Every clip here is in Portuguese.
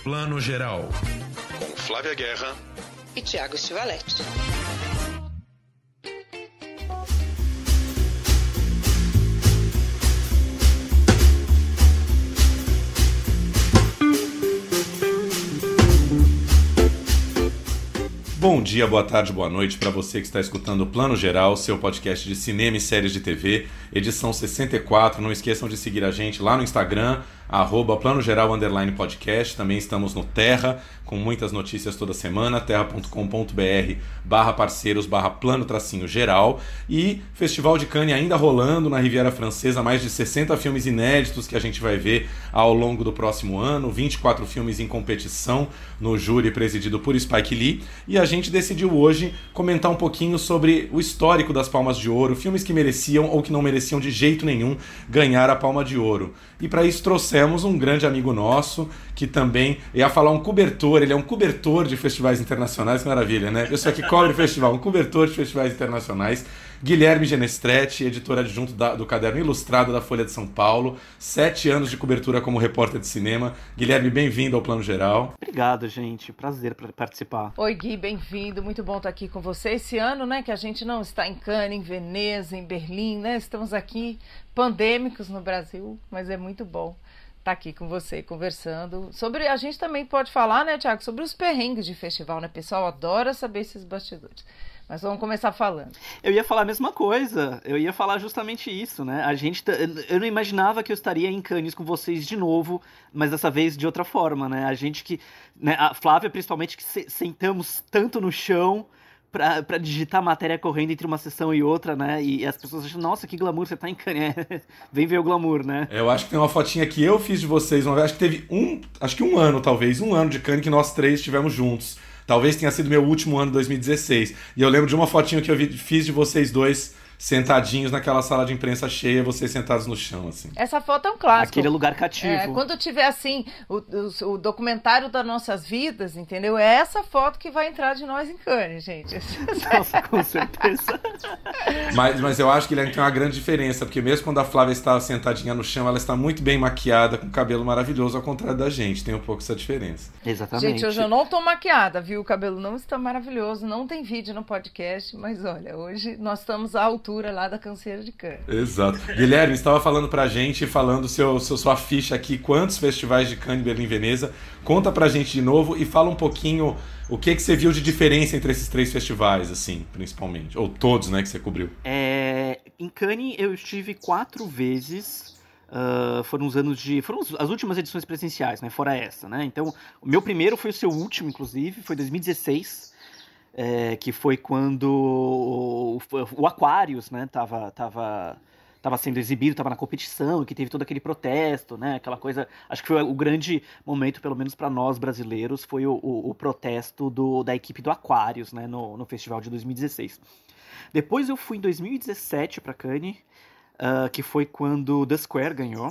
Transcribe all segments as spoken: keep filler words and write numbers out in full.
Plano Geral, com Flávia Guerra e Thiago Stivaletti. Bom dia, boa tarde, boa noite para você que está escutando o Plano Geral, seu podcast de cinema e séries de T V, edição sessenta e quatro. Não esqueçam de seguir a gente lá no Instagram, arroba Plano Geral underline podcast. Também estamos no Terra, com muitas notícias toda semana, terra.com.br barra parceiros barra plano tracinho geral. E Festival de Cannes ainda rolando na Riviera Francesa, mais de sessenta filmes inéditos que a gente vai ver ao longo do próximo ano, vinte e quatro filmes em competição no júri presidido por Spike Lee. E a gente decidiu hoje comentar um pouquinho sobre o histórico das Palmas de Ouro, filmes que mereciam ou que não mereciam de jeito nenhum ganhar a Palma de Ouro. E para isso trouxemos um grande amigo nosso, que também ia falar um cobertor, ele é um cobertor de festivais internacionais, que maravilha, né? Pessoa que cobre festival, um cobertor de festivais internacionais. Guilherme Genestretti, editor adjunto da, do Caderno Ilustrado da Folha de São Paulo, sete anos de cobertura como repórter de cinema. Guilherme, bem-vindo ao Plano Geral. Obrigado, gente. Prazer pra participar. Oi, Gui, bem-vindo. Muito bom estar aqui com você. Esse ano, né, que a gente não está em Cannes, em Veneza, em Berlim, né? Estamos aqui pandêmicos no Brasil, mas é muito bom estar aqui com você, conversando sobre... A gente também pode falar, né, Thiago, sobre os perrengues de festival, né? O pessoal adora saber esses bastidores. Mas vamos começar falando. Eu ia falar a mesma coisa, eu ia falar justamente isso, né? A gente, eu não imaginava que eu estaria em Cannes com vocês de novo, mas dessa vez de outra forma, né? A gente que, né, a Flávia principalmente, que se, sentamos tanto no chão pra, pra digitar a matéria correndo entre uma sessão e outra, né? E as pessoas acham, nossa, que glamour, você tá em Cannes. Vem ver o glamour, né? Eu acho que tem uma fotinha que eu fiz de vocês uma vez, acho que teve um, acho que um ano talvez, um ano de Cannes que nós três estivemos juntos. Talvez tenha sido meu último ano, dois mil e dezesseis. E eu lembro de uma fotinho que eu vi, fiz de vocês dois sentadinhos naquela sala de imprensa cheia, vocês sentados no chão, assim. Essa foto é um clássico. Aquele lugar cativo. É, quando tiver, assim, o, o, o documentário das nossas vidas, entendeu? É essa foto que vai entrar de nós em Cannes, gente. Nossa, com certeza. Mas, mas eu acho que ele tem uma grande diferença, porque mesmo quando a Flávia está sentadinha no chão, ela está muito bem maquiada, com cabelo maravilhoso, ao contrário da gente. Tem um pouco essa diferença. Exatamente. Gente, hoje eu não tô maquiada, viu? O cabelo não está maravilhoso, não tem vídeo no podcast, mas olha, hoje nós estamos à altura lá da canseira de Cannes. Exato. Guilherme, você estava falando pra gente, falando seu, seu, sua ficha aqui, quantos festivais de Cannes, Berlim, Veneza. Conta pra gente de novo e fala um pouquinho o que, que você viu de diferença entre esses três festivais, assim, principalmente. Ou todos, né, que você cobriu. É, em Cannes eu estive quatro vezes. Uh, foram os anos de... Foram as últimas edições presenciais, né? Fora essa, né? Então, o meu primeiro foi o seu último, inclusive, foi dois mil e dezesseis. É, que foi quando o, o Aquarius, né, tava, tava, tava sendo exibido, tava na competição, que teve todo aquele protesto, né, aquela coisa, acho que foi o grande momento, pelo menos para nós brasileiros, foi o, o, o protesto do, da equipe do Aquarius, né, no, no festival de dois mil e dezesseis. Depois eu fui em dois mil e dezessete para Cannes, uh, que foi quando The Square ganhou.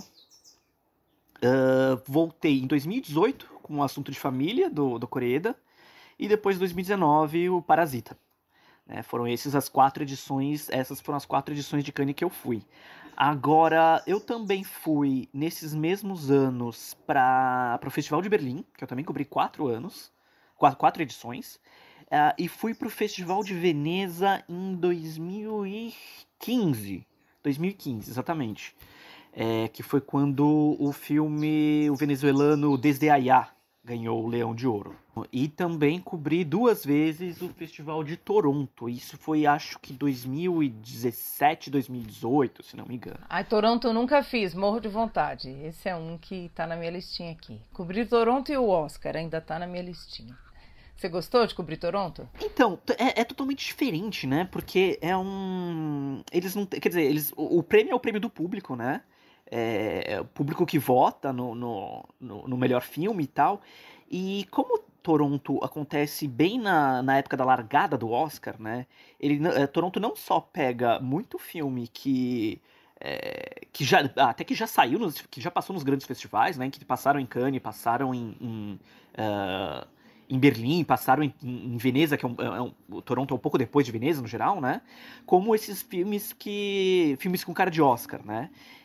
Uh, voltei em dois mil e dezoito com o Assunto de Família, do, do Koreeda. E depois, em dois mil e dezenove, o Parasita. Né, foram essas as quatro edições, essas foram as quatro edições de Cannes que eu fui. Agora, eu também fui, nesses mesmos anos, para o Festival de Berlim, que eu também cobri quatro anos, quatro, quatro edições, uh, e fui para o Festival de Veneza em dois mil e quinze. dois mil e quinze, exatamente. É, que foi quando o filme, o venezuelano Desde Allá, ganhou o Leão de Ouro. E também cobri duas vezes o Festival de Toronto. Isso foi, acho que, dois mil e dezessete, dois mil e dezoito, se não me engano. Ai, Toronto eu nunca fiz, morro de vontade. Esse é um que tá na minha listinha aqui. Cobrir Toronto e o Oscar ainda tá na minha listinha. Você gostou de cobrir Toronto? Então, é, é totalmente diferente, né? Porque é um... Eles não... Quer dizer, eles, o, o prêmio é o prêmio do público, né? É, é o público que vota no, no, no, no melhor filme e tal. E como Toronto acontece bem na, na época da largada do Oscar, né? Ele, é, Toronto não só pega muito filme que... É, que já, até que já saiu, nos, que já passou nos grandes festivais, né? Que passaram em Cannes, passaram em... em uh, em Berlim, passaram em, em Veneza, que é um, é um, o Toronto é um pouco depois de Veneza, no geral, né? Como esses filmes que... filmes com cara de Oscar, né?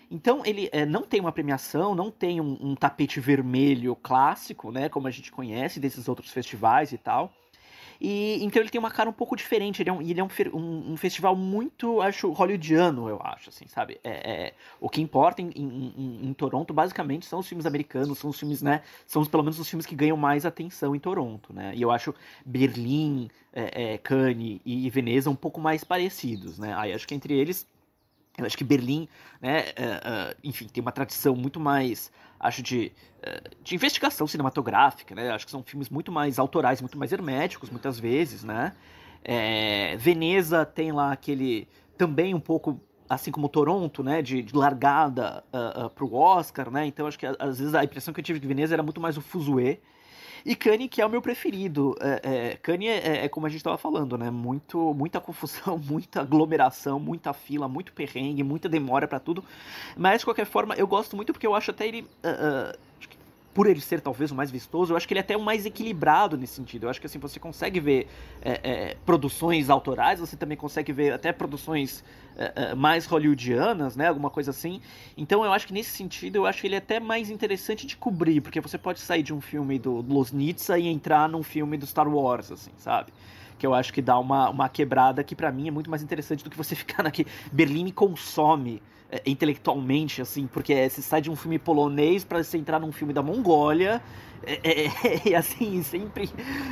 Então ele é, não tem uma premiação, não tem um, um tapete vermelho clássico, né, como a gente conhece desses outros festivais e tal. E, então ele tem uma cara um pouco diferente, ele é um, ele é um, um, um festival muito, acho, hollywoodiano, eu acho, assim, sabe? É, é, o que importa em, em, em, em Toronto, basicamente, são os filmes americanos, são os filmes, né, são os, pelo menos os filmes que ganham mais atenção em Toronto, né? E eu acho Berlim, é, é, Cannes e Veneza um pouco mais parecidos, né? Aí acho que entre eles, eu acho que Berlim, né, uh, uh, enfim, tem uma tradição muito mais, acho, de, uh, de investigação cinematográfica, né? Acho que são filmes muito mais autorais, muito mais herméticos, muitas vezes, né? É, Veneza tem lá aquele, também um pouco, assim como Toronto, né, de, de largada uh, uh, pro Oscar, né? Então acho que às vezes a impressão que eu tive de Veneza era muito mais o fuzuê. E Cannes, que é o meu preferido. É, é, Cannes é, é como a gente estava falando, né? Muito, muita confusão, muita aglomeração, muita fila, muito perrengue, muita demora para tudo. Mas, de qualquer forma, eu gosto muito porque eu acho até ele... Uh, uh, por ele ser talvez o mais vistoso, eu acho que ele é até o mais equilibrado nesse sentido. Eu acho que assim, você consegue ver é, é, produções autorais, você também consegue ver até produções é, é, mais hollywoodianas, né? Alguma coisa assim. Então eu acho que nesse sentido, eu acho ele até mais interessante de cobrir, porque você pode sair de um filme do Loznitsa e entrar num filme do Star Wars, assim, sabe? Que eu acho que dá uma, uma quebrada que pra mim é muito mais interessante do que você ficar naquele... Berlim me consome é, intelectualmente, assim, porque é, você sai de um filme polonês pra você entrar num filme da Mongólia, e é, é, é, assim, sempre...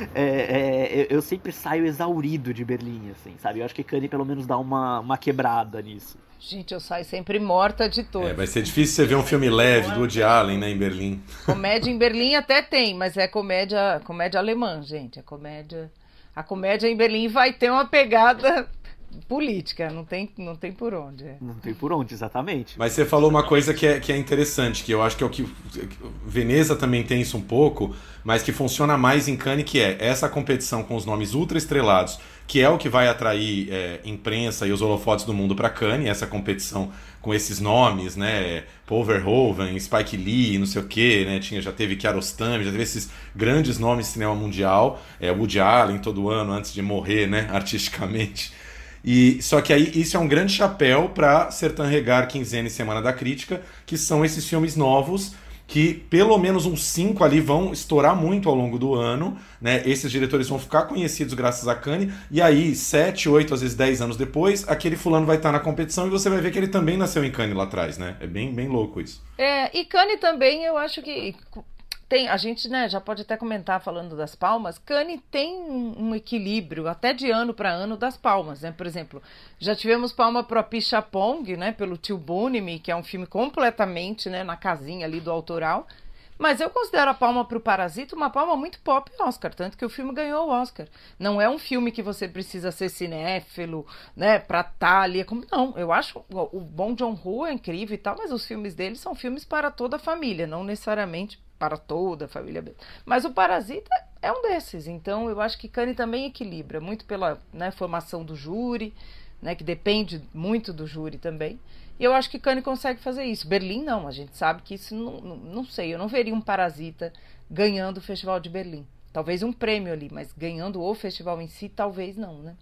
É, é, eu sempre saio exaurido de Berlim, assim, sabe? Eu acho que Cannes pelo menos dá uma, uma quebrada nisso. Gente, eu saio sempre morta de todos. É, vai ser difícil você ver um filme leve do Woody Allen, né, em Berlim. Comédia em Berlim até tem, mas é comédia, comédia alemã, gente, é comédia... A comédia em Berlim vai ter uma pegada política, não tem, não tem por onde. Não tem por onde, exatamente. Mas você falou uma coisa que é, que é interessante, que eu acho que é o que... Veneza também tem isso um pouco, mas que funciona mais em Cannes, que é essa competição com os nomes ultra estrelados, que é o que vai atrair é, imprensa e os holofotes do mundo para Cannes, essa competição com esses nomes, né, Paul Verhoeven, Spike Lee, não sei o que, né, tinha, já teve Kiarostami, já teve esses grandes nomes de cinema mundial, é, Woody Allen todo ano antes de morrer, né, artisticamente. E, só que aí isso é um grande chapéu para Sertan Regar, Quinzena e Semana da Crítica, que são esses filmes novos que pelo menos uns cinco ali vão estourar muito ao longo do ano, né? Esses diretores vão ficar conhecidos graças a Cannes, e aí, sete, oito, às vezes dez anos depois, aquele fulano vai estar na competição e você vai ver que ele também nasceu em Cannes lá atrás, né? É bem, bem louco isso. É, e Cannes também, eu acho que... Tem, a gente, né, já pode até comentar falando das palmas, Cannes tem um, um equilíbrio até de ano para ano das palmas, né? Por exemplo, já tivemos palma pro Pichapong, né, pelo Tio Bunimi, que é um filme completamente, né, na casinha ali do autoral, mas eu considero a palma pro Parasita uma palma muito pop Oscar, tanto que o filme ganhou o Oscar. Não é um filme que você precisa ser cinéfilo, né, pra estar ali. Não, eu acho o Bong Joon-ho é incrível e tal, mas os filmes dele são filmes para toda a família, não necessariamente para toda a família. Mas o Parasita é um desses, então eu acho que Cannes também equilibra, muito pela, né, formação do júri, né, que depende muito do júri também, e eu acho que Cannes consegue fazer isso. Berlim não, a gente sabe que isso, não, não, não sei, eu não veria um Parasita ganhando o Festival de Berlim. Talvez um prêmio ali, mas ganhando o festival em si, talvez não, né?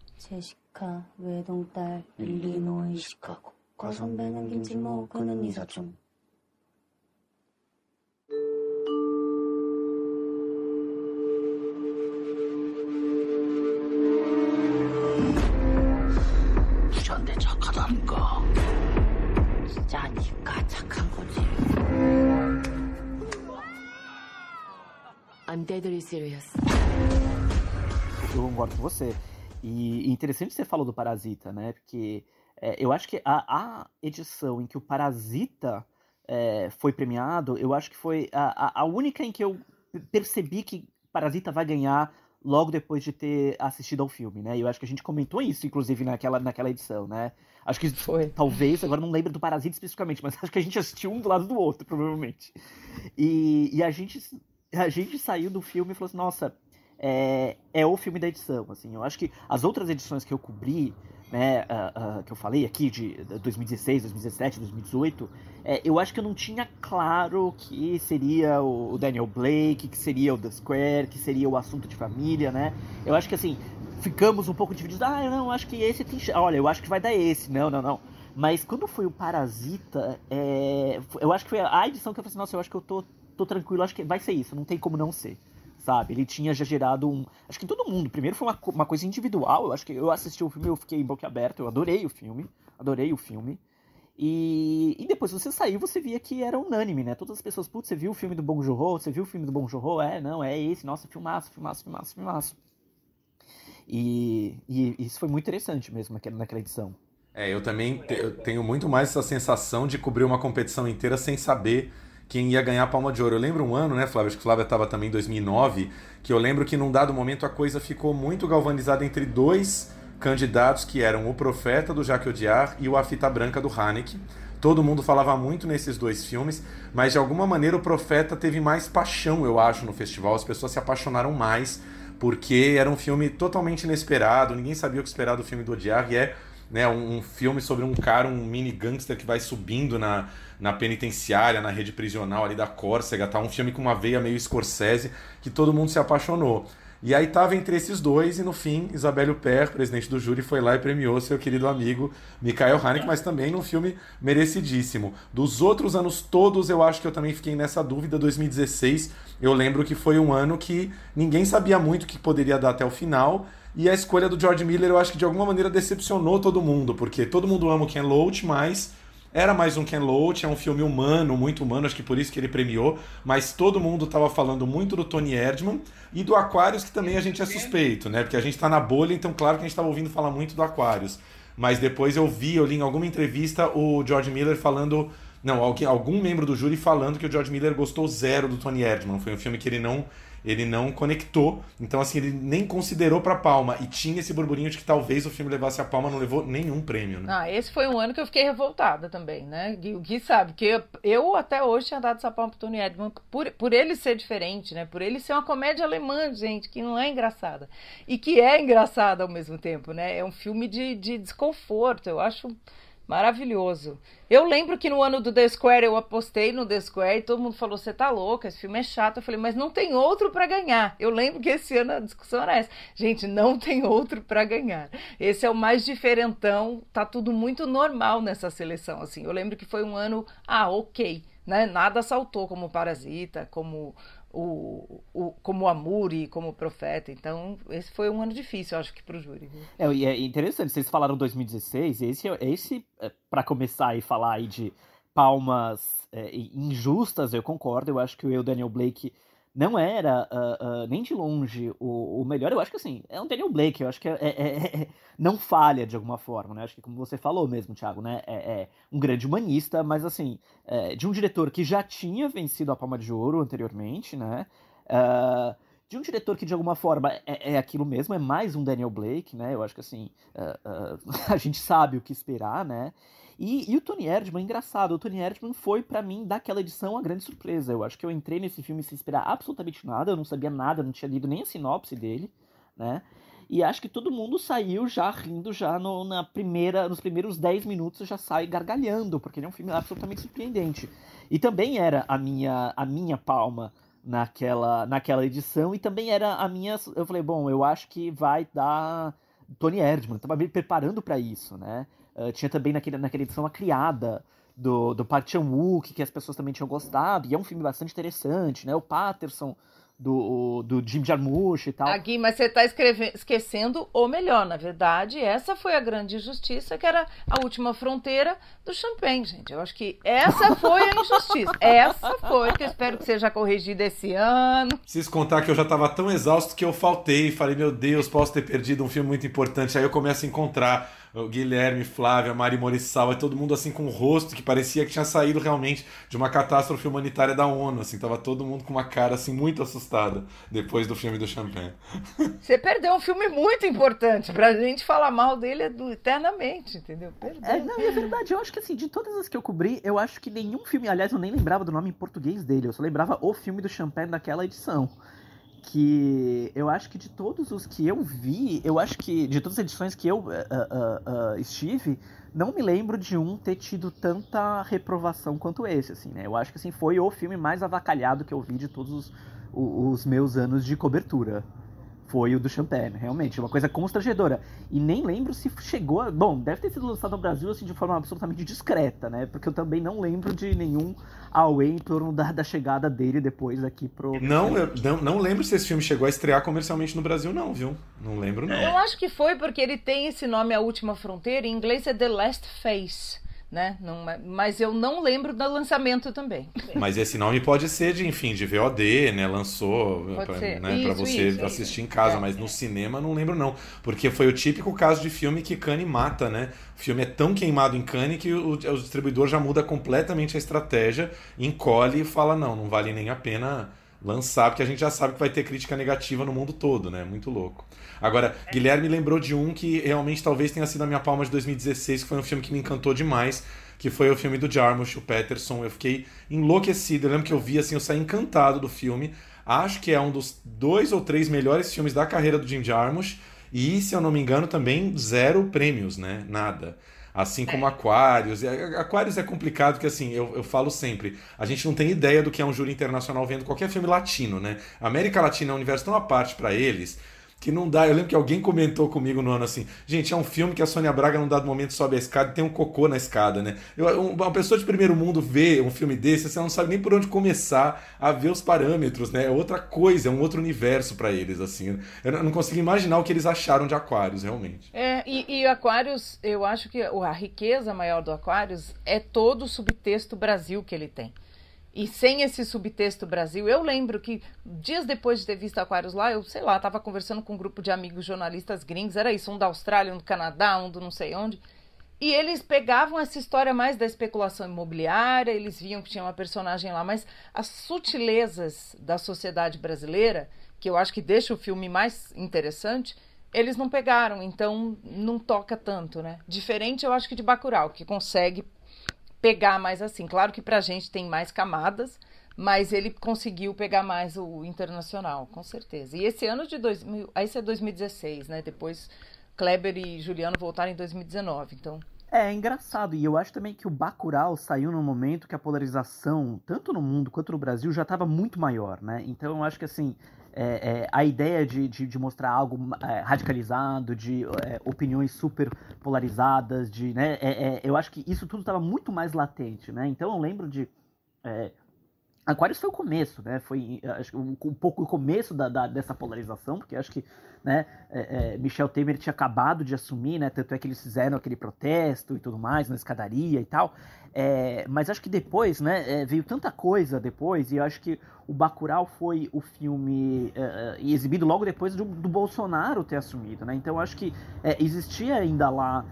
근데 착하다니까. 진짜 니가 착한 거지. I'm deadly serious. Eu concordo com você. E interessante você falou do Parasita, né? Porque é, eu acho que a, a edição em que o Parasita é, foi premiado, eu acho que foi a, a, a única em que eu percebi que Parasita vai ganhar logo depois de ter assistido ao filme, né? E eu acho que a gente comentou isso, inclusive, naquela, naquela edição, né? Acho que foi. Talvez, agora não lembro do Parasita especificamente, mas acho que a gente assistiu um do lado do outro, provavelmente. E, e a, gente, a gente saiu do filme e falou assim, nossa, é, é o filme da edição, assim. Eu acho que as outras edições que eu cobri, né, uh, uh, que eu falei aqui, de dois mil e dezesseis, dois mil e dezessete, dois mil e dezoito, é, eu acho que eu não tinha claro que seria o Daniel Blake, que seria o The Square, que seria o Assunto de Família, né? Eu acho que, assim, ficamos um pouco divididos. Ah, não, acho que esse tem... Olha, eu acho que vai dar esse. Não, não, não. Mas quando foi o Parasita, é, eu acho que foi a edição que eu falei assim, nossa, eu acho que eu tô, tô tranquilo, acho que vai ser isso, não tem como não ser, sabe? Ele tinha já gerado um... Acho que em todo mundo, primeiro foi uma, uma coisa individual, eu acho que eu assisti o filme, eu fiquei boquiaberto, eu adorei o filme, adorei o filme. E, e depois você saiu, você via que era unânime, né? Todas as pessoas, putz, você viu o filme do Bong Joon-ho? Você viu o filme do Bong Joon-ho? É, não, é esse, nossa, filmaço, filmaço, filmaço, filmaço. E, e isso foi muito interessante mesmo naquela, naquela edição. É, eu também te, eu tenho muito mais essa sensação de cobrir uma competição inteira sem saber quem ia ganhar a Palma de Ouro. Eu lembro um ano, né, Flávio? Acho que Flávia estava também em dois mil e nove, que eu lembro que num dado momento a coisa ficou muito galvanizada entre dois candidatos, que eram O Profeta, do Jacques Audiard, e o A Fita Branca, do Haneke. Todo mundo falava muito nesses dois filmes, mas de alguma maneira o Profeta teve mais paixão, eu acho, no festival. As pessoas se apaixonaram mais, porque era um filme totalmente inesperado, ninguém sabia o que esperar do filme do Audiard, e é, né, um, um filme sobre um cara, um mini gangster que vai subindo na, na penitenciária, na rede prisional ali da Córcega, tá? Um filme com uma veia meio Scorsese, que todo mundo se apaixonou. E aí tava entre esses dois, e no fim, Isabelle Huppert, presidente do júri, foi lá e premiou seu querido amigo Michael Haneke, mas também num filme merecidíssimo. Dos outros anos todos, eu acho que eu também fiquei nessa dúvida. Dois mil e dezesseis, eu lembro que foi um ano que ninguém sabia muito o que poderia dar até o final, e a escolha do George Miller, eu acho que de alguma maneira decepcionou todo mundo, porque todo mundo ama o Ken Loach, mas... era mais um Ken Loach, é um filme humano, muito humano, acho que por isso que ele premiou, mas todo mundo estava falando muito do Tony Erdmann e do Aquarius, que também a gente é suspeito, né? Porque a gente está na bolha, então claro que a gente estava ouvindo falar muito do Aquarius. Mas depois eu vi, eu li em alguma entrevista o George Miller falando... Não, alguém, algum membro do júri falando que o George Miller gostou zero do Tony Erdmann. Foi um filme que ele não... ele não conectou, então assim, ele nem considerou pra Palma, e tinha esse burburinho de que talvez o filme levasse a Palma, não levou nenhum prêmio, né? Ah, esse foi um ano que eu fiquei revoltada também, né? O Gui sabe, que eu, eu até hoje tinha dado essa Palma pro Tony Erdmann, por, por ele ser diferente, né? Por ele ser uma comédia alemã, gente, que não é engraçada, e que é engraçada ao mesmo tempo, né? É um filme de, de desconforto, eu acho... maravilhoso. Eu lembro que no ano do The Square eu apostei no The Square e todo mundo falou, você tá louca, esse filme é chato. Eu falei, mas não tem outro pra ganhar. Eu lembro que esse ano a discussão era essa. Gente, não tem outro pra ganhar. Esse é o mais diferentão, tá tudo muito normal nessa seleção, assim. Eu lembro que foi um ano, ah, ok, né? Nada saltou como Parasita, como... O, o, como o Amuri, como o Profeta. Então, esse foi um ano difícil, eu acho que pro júri. É, e é interessante, vocês falaram dois mil e dezesseis, esse, esse é, para começar aí falar aí de palmas é, injustas, eu concordo, eu acho que o Daniel Blake não era uh, uh, nem de longe o, o melhor. Eu acho que assim, é um Daniel Blake, eu acho que é, é, é, não falha de alguma forma, né? Acho que como você falou mesmo, Thiago, né? É, é um grande humanista, mas assim, é, de um diretor que já tinha vencido a Palma de Ouro anteriormente, né? Uh, de um diretor que de alguma forma é, é aquilo mesmo, é mais um Daniel Blake, né? Eu acho que assim, uh, uh, a gente sabe o que esperar, né? E, e o Tony Erdmann, engraçado, o Tony Erdmann foi pra mim daquela edição a grande surpresa. Eu acho que eu entrei nesse filme sem esperar absolutamente nada, eu não sabia nada, não tinha lido nem a sinopse dele, né? E acho que todo mundo saiu já rindo, já no, na primeira, nos primeiros dez minutos já sai gargalhando, porque ele é um filme absolutamente surpreendente. E também era a minha, a minha palma naquela, naquela edição, e também era a minha... Eu falei, bom, eu acho que vai dar Tony Erdmann, tava me preparando pra isso, né? Uh, tinha também naquele, naquela edição A Criada, do, do Park Chan-wook, que as pessoas também tinham gostado, e é um filme bastante interessante, né? O Patterson, do, do Jim Jarmusch e tal. Aqui, mas você está esquecendo o melhor, na verdade, essa foi a grande injustiça, que era A Última Fronteira do Champagne, gente. Eu acho que essa foi a injustiça. Essa foi, que eu espero que seja corrigida esse ano. Preciso contar que eu já estava tão exausto que eu faltei, falei, meu Deus, posso ter perdido um filme muito importante. Aí eu começo a encontrar o Guilherme, Flávia, Mari Moriçal, e todo mundo assim com o rosto que parecia que tinha saído realmente de uma catástrofe humanitária da ONU, assim, tava todo mundo com uma cara assim muito assustada depois do filme do Champagne. Você perdeu um filme muito importante, pra gente falar mal dele é do, eternamente, entendeu? Perdeu. É, não, é verdade, eu acho que assim, de todas as que eu cobri, eu acho que nenhum filme, aliás, eu nem lembrava do nome em português dele, eu só lembrava o filme do Champagne daquela edição. Que eu acho que de todos os que eu vi, eu acho que de todas as edições que eu uh, uh, uh, estive, não me lembro de um ter tido tanta reprovação quanto esse, assim, né? Eu acho que assim, foi o filme mais avacalhado que eu vi de todos os, os meus anos de cobertura. foi o do Champagne, realmente, uma coisa constrangedora. E nem lembro se chegou a... Bom, deve ter sido lançado no Brasil assim, de forma absolutamente discreta, né? Porque eu também não lembro de nenhum auê em torno da, da chegada dele depois aqui pro... Não, eu não, não lembro se esse filme chegou a estrear comercialmente no Brasil, não, viu? Não lembro, não. Eu acho que foi porque ele tem esse nome, A Última Fronteira, em inglês é The Last Face. Né? Não, mas eu não lembro do lançamento também. Mas esse nome pode ser de, enfim, de V O D, né? Lançou pra, né? Pra você isso, assistir isso. em casa, é. Mas no cinema não lembro não. Porque foi o típico caso de filme que Cannes mata, né? O filme é tão queimado em Cannes que o, o distribuidor já muda completamente a estratégia, encolhe e fala, não, não vale nem a pena lançar, porque a gente já sabe que vai ter crítica negativa no mundo todo, né? Muito louco. Agora, Guilherme lembrou de um que realmente talvez tenha sido a minha palma de dois mil e dezesseis, que foi um filme que me encantou demais, que foi o filme do Jarmusch, o Peterson. Eu fiquei enlouquecido. Eu lembro que eu vi, assim, eu saí encantado do filme. Acho que é um dos dois ou três melhores filmes da carreira do Jim Jarmusch. E, se eu não me engano, também zero prêmios, né? Nada. Assim como Aquarius. Aquarius é complicado porque, assim, eu, eu falo sempre, a gente não tem ideia do que é um júri internacional vendo qualquer filme latino, né? A América Latina é um universo tão à parte para eles que não dá. Eu lembro que alguém comentou comigo no ano assim, gente, é um filme que a Sônia Braga num dado momento sobe a escada e tem um cocô na escada, né? Eu, uma pessoa de primeiro mundo vê um filme desse, você não sabe nem por onde começar a ver os parâmetros, né? É outra coisa, é um outro universo para eles, assim. Eu não consigo imaginar o que eles acharam de Aquarius, realmente. É, e, e Aquarius, eu acho que a riqueza maior do Aquarius é todo o subtexto Brasil que ele tem. E sem esse subtexto Brasil, eu lembro que dias depois de ter visto Aquarius lá, eu, sei lá, estava conversando com um grupo de amigos jornalistas gringos, era isso, um da Austrália, um do Canadá, um do não sei onde, e eles pegavam essa história mais da especulação imobiliária, eles viam que tinha uma personagem lá, mas as sutilezas da sociedade brasileira, que eu acho que deixa o filme mais interessante, eles não pegaram, então não toca tanto, né? Diferente, eu acho que de Bacurau, que consegue pegar mais assim. Claro que pra gente tem mais camadas, mas ele conseguiu pegar mais o internacional, com certeza. E esse ano de dois mil, aí esse é dois mil e dezesseis, né? Depois Kleber e Juliano voltaram em dois mil e dezenove, então... É, é engraçado, e eu acho também que o Bacurau saiu num momento que a polarização, tanto no mundo quanto no Brasil, já estava muito maior, né? Então eu acho que, assim, é, é, a ideia de, de, de mostrar algo é, radicalizado, de é, opiniões super polarizadas, de, né? É, é, eu acho que isso tudo estava muito mais latente, né? Então eu lembro de... É, Aquarius foi o começo, né? Foi acho que um, um pouco o começo da, da, dessa polarização, porque acho que, né, é, é, Michel Temer tinha acabado de assumir, né? Tanto é que eles fizeram aquele protesto e tudo mais na escadaria e tal. É, mas acho que depois, né? É, veio tanta coisa depois, e eu acho que o Bacurau foi o filme é, exibido logo depois do, do Bolsonaro ter assumido, né? Então eu acho que é, existia ainda lá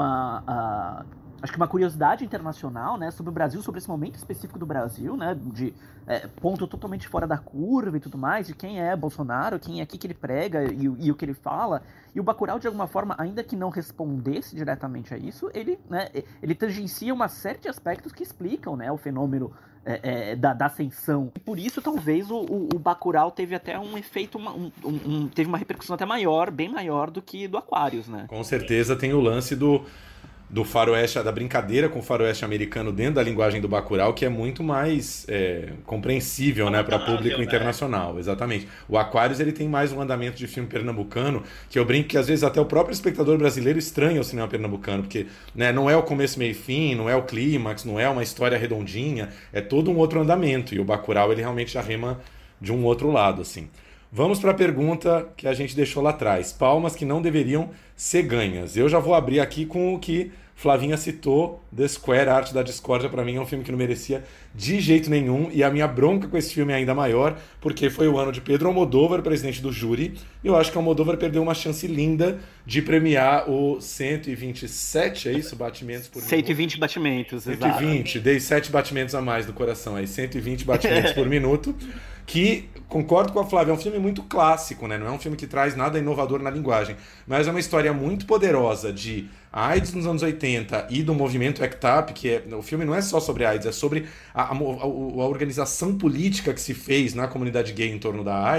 uma... Uh, acho que uma curiosidade internacional, né, sobre o Brasil, sobre esse momento específico do Brasil, né, de é, ponto totalmente fora da curva e tudo mais, de quem é Bolsonaro, quem é aqui que ele prega e, e o que ele fala. E o Bacurau, de alguma forma, ainda que não respondesse diretamente a isso, ele, né, ele tangencia uma série de aspectos que explicam, né, o fenômeno é, é, da, da ascensão. E por isso, talvez, o, o, o Bacurau teve até um efeito, uma, um, um, teve uma repercussão até maior, bem maior do que do Aquarius, né? Com certeza tem o lance do... do faroeste, da brincadeira com o faroeste americano dentro da linguagem do Bacurau, que é muito mais é, compreensível, né, para público né? internacional. Exatamente. O Aquarius, ele tem mais um andamento de filme pernambucano, que eu brinco que às vezes até o próprio espectador brasileiro estranha o cinema pernambucano, porque, né, não é o começo, meio e fim, não é o clímax, não é uma história redondinha, é todo um outro andamento. E o Bacurau, ele realmente já rema de um outro lado, assim. Vamos para a pergunta que a gente deixou lá atrás. Palmas que não deveriam ser ganhas. Eu já vou abrir aqui com o que Flavinha citou, The Square, Arte da Discórdia. Para mim é um filme que não merecia de jeito nenhum. E a minha bronca com esse filme é ainda maior, porque foi o ano de Pedro Almodóvar, presidente do júri. E eu acho que o Almodóvar perdeu uma chance linda de premiar o cento e vinte e sete, é isso? Batimentos por minuto? cento e vinte batimentos, exato. cento e vinte, dei sete batimentos a mais no coração aí. cento e vinte batimentos por minuto. Que, concordo com a Flávia, é um filme muito clássico, né? Não é um filme que traz nada inovador na linguagem, mas é uma história muito poderosa de AIDS nos anos oitenta e do movimento ACT UP, que é, o filme não é só sobre AIDS, é sobre a, a, a organização política que se fez na comunidade gay em torno da AIDS,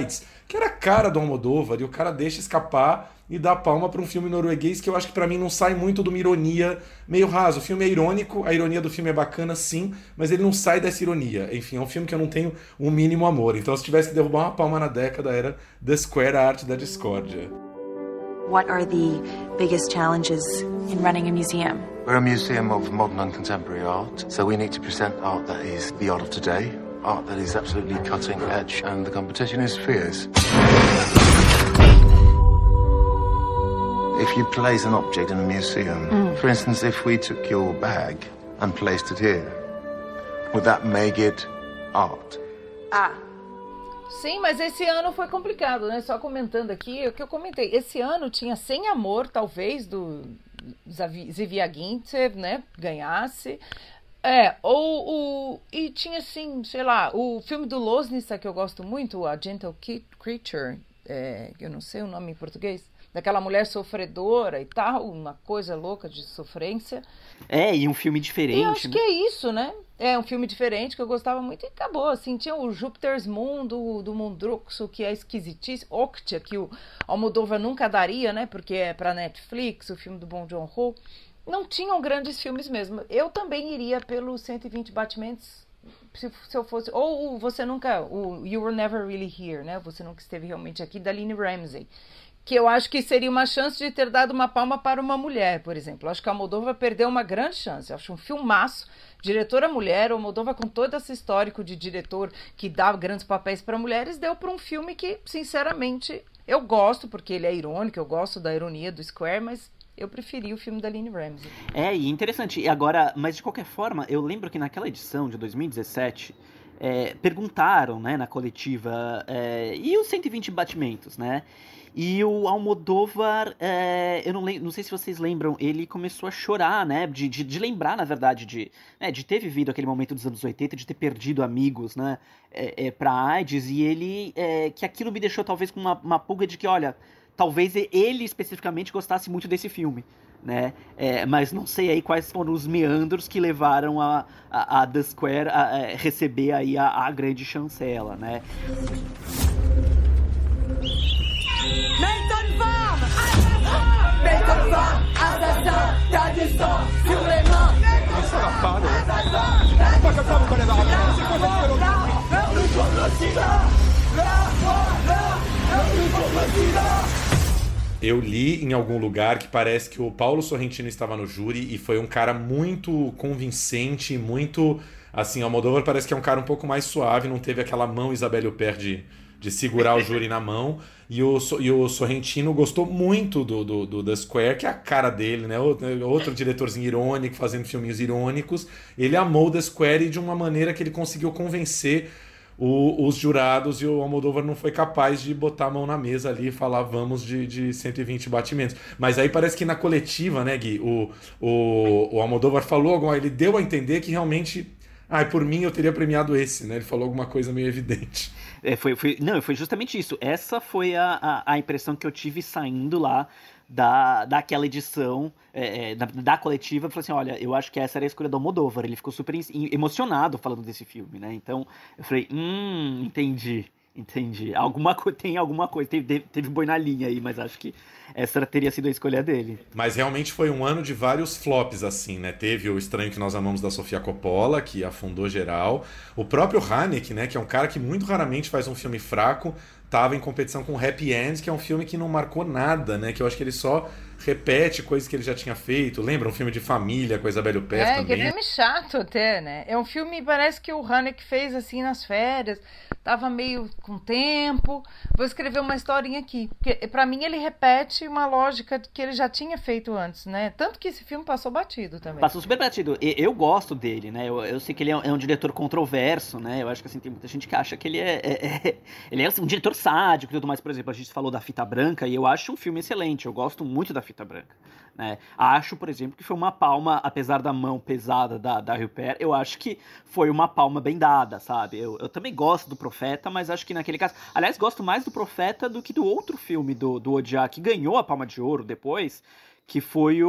que era a cara do Almodóvar, e o cara deixa escapar e dá palma para um filme norueguês que eu acho que para mim não sai muito de uma ironia meio raso. O filme é irônico, a ironia do filme é bacana sim, mas ele não sai dessa ironia. Enfim, é um filme que eu não tenho um mínimo amor. Então se tivesse que derrubar uma palma na década era The Square, a Arte da Discórdia. What are the biggest challenges in running a museum? We're a museum of modern and contemporary art, so we need to present art that is the art of today, art that is absolutely cutting edge, and the competition is fierce. If you place an object in a museum, mm. for instance, if we took your bag and placed it here, would that make it art? Ah. Sim, mas esse ano foi complicado, né? Só comentando aqui, o que eu comentei. Esse ano tinha Sem Amor, talvez, do Zivia Gintsev, né? Ganhasse. É, ou o... E tinha, assim, sei lá, o filme do Losnitsa, que eu gosto muito, A Gentle Creature, é, eu não sei o nome em português, daquela mulher sofredora e tal, uma coisa louca de sofrência. É, e um filme diferente. E eu acho né? que é isso, né? É um filme diferente que eu gostava muito e acabou. Assim, tinha o Júpiter's Moon do, do Mundruxo, que é esquisitíssimo. Oktia, que o Almodóvar nunca daria, né? Porque é pra Netflix, o filme do Bong Joon-ho. Não tinham grandes filmes mesmo. Eu também iria pelo cento e vinte Batimentos, se, se eu fosse... Ou o Você Nunca... O You Were Never Really Here, né? Você Nunca Esteve Realmente Aqui, da Lynne Ramsay. Que eu acho que seria uma chance de ter dado uma palma para uma mulher, por exemplo. Eu acho que a Almodóvar perdeu uma grande chance. Eu acho um filmaço, diretora mulher, a Almodóvar com todo esse histórico de diretor que dá grandes papéis para mulheres, deu para um filme que, sinceramente, eu gosto, porque ele é irônico, eu gosto da ironia do Square, mas eu preferi o filme da Lynne Ramsay. É, e interessante. E agora, mas de qualquer forma, eu lembro que naquela edição de dois mil e dezessete... É, perguntaram, né, na coletiva, é, e os cento e vinte batimentos, né? E o Almodóvar, é, eu não, lem- não sei se vocês lembram, ele começou a chorar, né? De, de, de lembrar, na verdade, de, né, de ter vivido aquele momento dos anos oitenta, de ter perdido amigos, né? É, é, pra AIDS, e ele, é, que aquilo me deixou talvez com uma, uma pulga de que, olha, talvez ele especificamente gostasse muito desse filme. Né? É, mas não sei aí quais foram os meandros que levaram a, a, a The Square a, a receber aí a, a grande chancela, né? Eu li em algum lugar que parece que o Paulo Sorrentino estava no júri e foi um cara muito convincente, muito... Assim, Almodóvar parece que é um cara um pouco mais suave, não teve aquela mão Isabelle Huppert de, de segurar o júri na mão. E o, e o Sorrentino gostou muito do, do, do The Square, que é a cara dele, né? Outro, outro diretorzinho irônico, fazendo filminhos irônicos. Ele amou The Square e de uma maneira que ele conseguiu convencer O, os jurados, e o Almodóvar não foi capaz de botar a mão na mesa ali e falar vamos de, de cento e vinte batimentos. Mas aí parece que na coletiva, né, Gui, o, o, o Almodóvar falou, ele deu a entender que realmente, ah, por mim eu teria premiado esse, né? Ele falou alguma coisa meio evidente. É, foi, foi, não, foi justamente isso. Essa foi a, a, a impressão que eu tive saindo lá da, daquela edição, é, da, da coletiva. Eu falei assim, olha, eu acho que essa era a escolha do Almodóvar. Ele ficou super emocionado falando desse filme, né? Então, eu falei, hum, entendi, entendi. Alguma co- tem alguma coisa, teve, teve boi na linha aí, mas acho que essa teria sido a escolha dele. Mas realmente foi um ano de vários flops, assim, né? Teve o Estranho que Nós Amamos, da Sofia Coppola, que afundou geral. O próprio Haneke, né? Que é um cara que muito raramente faz um filme fraco, tava em competição com Happy End, que é um filme que não marcou nada, né? Que eu acho que ele só repete coisas que ele já tinha feito. Lembra? Um filme de família com a Isabelle Huppert É, também. que é filme chato até, né? É um filme, parece que o Haneke fez assim nas férias, tava meio com tempo, vou escrever uma historinha aqui. Porque pra mim ele repete uma lógica que ele já tinha feito antes, né? Tanto que esse filme passou batido também. Passou super batido. E- Eu gosto dele, né? Eu, eu sei que ele é um, é um diretor controverso, né? Eu acho que assim, tem muita gente que acha que ele é, é- é- ele é assim, um diretor sádico e tudo mais. Por exemplo, a gente falou da Fita Branca e eu acho um filme excelente. Eu gosto muito da Fita Branca, né? Acho, por exemplo, que foi uma palma, apesar da mão pesada da, da Huppert, eu acho que foi uma palma bem dada, sabe? Eu, eu também gosto do Profeta, mas acho que naquele caso... Aliás, gosto mais do Profeta do que do outro filme do, do Odiar, que ganhou a Palma de Ouro depois, que foi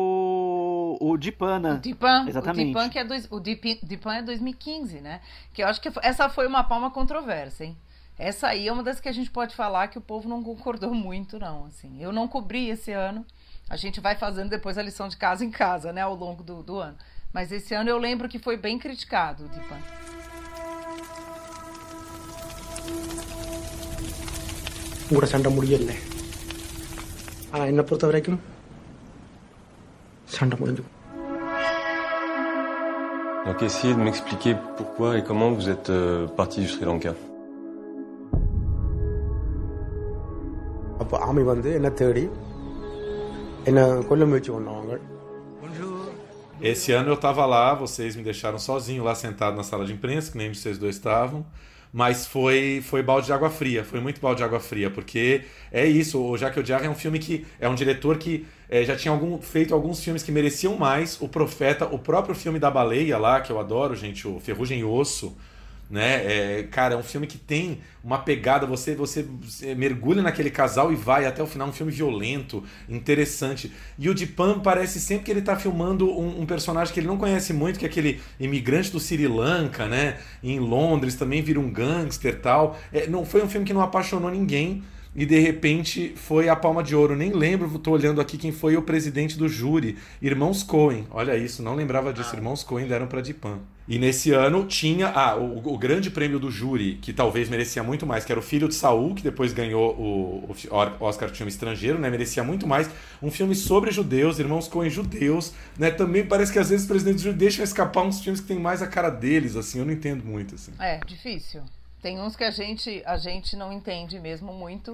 o... o Dipana. O Dipan, Exatamente. o Dipan que é dois, o Dipan, Dipan é dois mil e quinze, né? Que eu acho que essa foi uma palma controversa, hein? Essa aí é uma das que a gente pode falar que o povo não concordou muito, não. Assim, eu não cobri esse ano. A gente vai fazendo depois a lição de casa em casa, né, ao longo do, do ano. Mas esse ano eu lembro que foi bem criticado, Dipan. உங்களோட சண்டை முடியல. ஆனா என்னை பொறுத்த வரைக்கும் சண்டை முடிஞ்சு. Donc essayez de m'expliquer pourquoi et comment vous êtes euh, parti du Sri Lanka. அப்போ ஆமி வந்து என்ன தேடி என்ன கொல்ல முயற்சி பண்ணாங்க. Esse ano eu tava lá, vocês me deixaram sozinho lá sentado na sala de imprensa, que nem vocês dois estavam. Mas foi, foi balde de água fria, foi muito balde de água fria, porque é isso, o Jacques Audiard é um filme que é um diretor que é, já tinha algum, feito alguns filmes que mereciam mais. O Profeta, o próprio filme da baleia lá, que eu adoro, gente, o Ferrugem e Osso, né? É, cara, é um filme que tem uma pegada, você, você mergulha naquele casal e vai até o final, um filme violento, interessante. E o Dipan parece sempre que ele tá filmando um, um personagem que ele não conhece muito, que é aquele imigrante do Sri Lanka, né? Em Londres também vira um gangster e tal. É, não, foi um filme que não apaixonou ninguém. E de repente foi a Palma de Ouro. Nem lembro, tô olhando aqui quem foi o presidente do júri. Irmãos Coen. Olha isso, não lembrava disso. Ah. Irmãos Coen deram pra Dipan. E nesse ano tinha ah, o, o grande prêmio do júri, que talvez merecia muito mais, que era o Filho de Saul, que depois ganhou o, o Oscar de filme estrangeiro, né? Merecia muito mais. Um filme sobre judeus, Irmãos Coen judeus, né? Também parece que às vezes os presidentes do júri deixam escapar uns filmes que tem mais a cara deles, assim. Eu não entendo muito, assim. É, difícil. Tem uns que a gente, a gente não entende mesmo muito.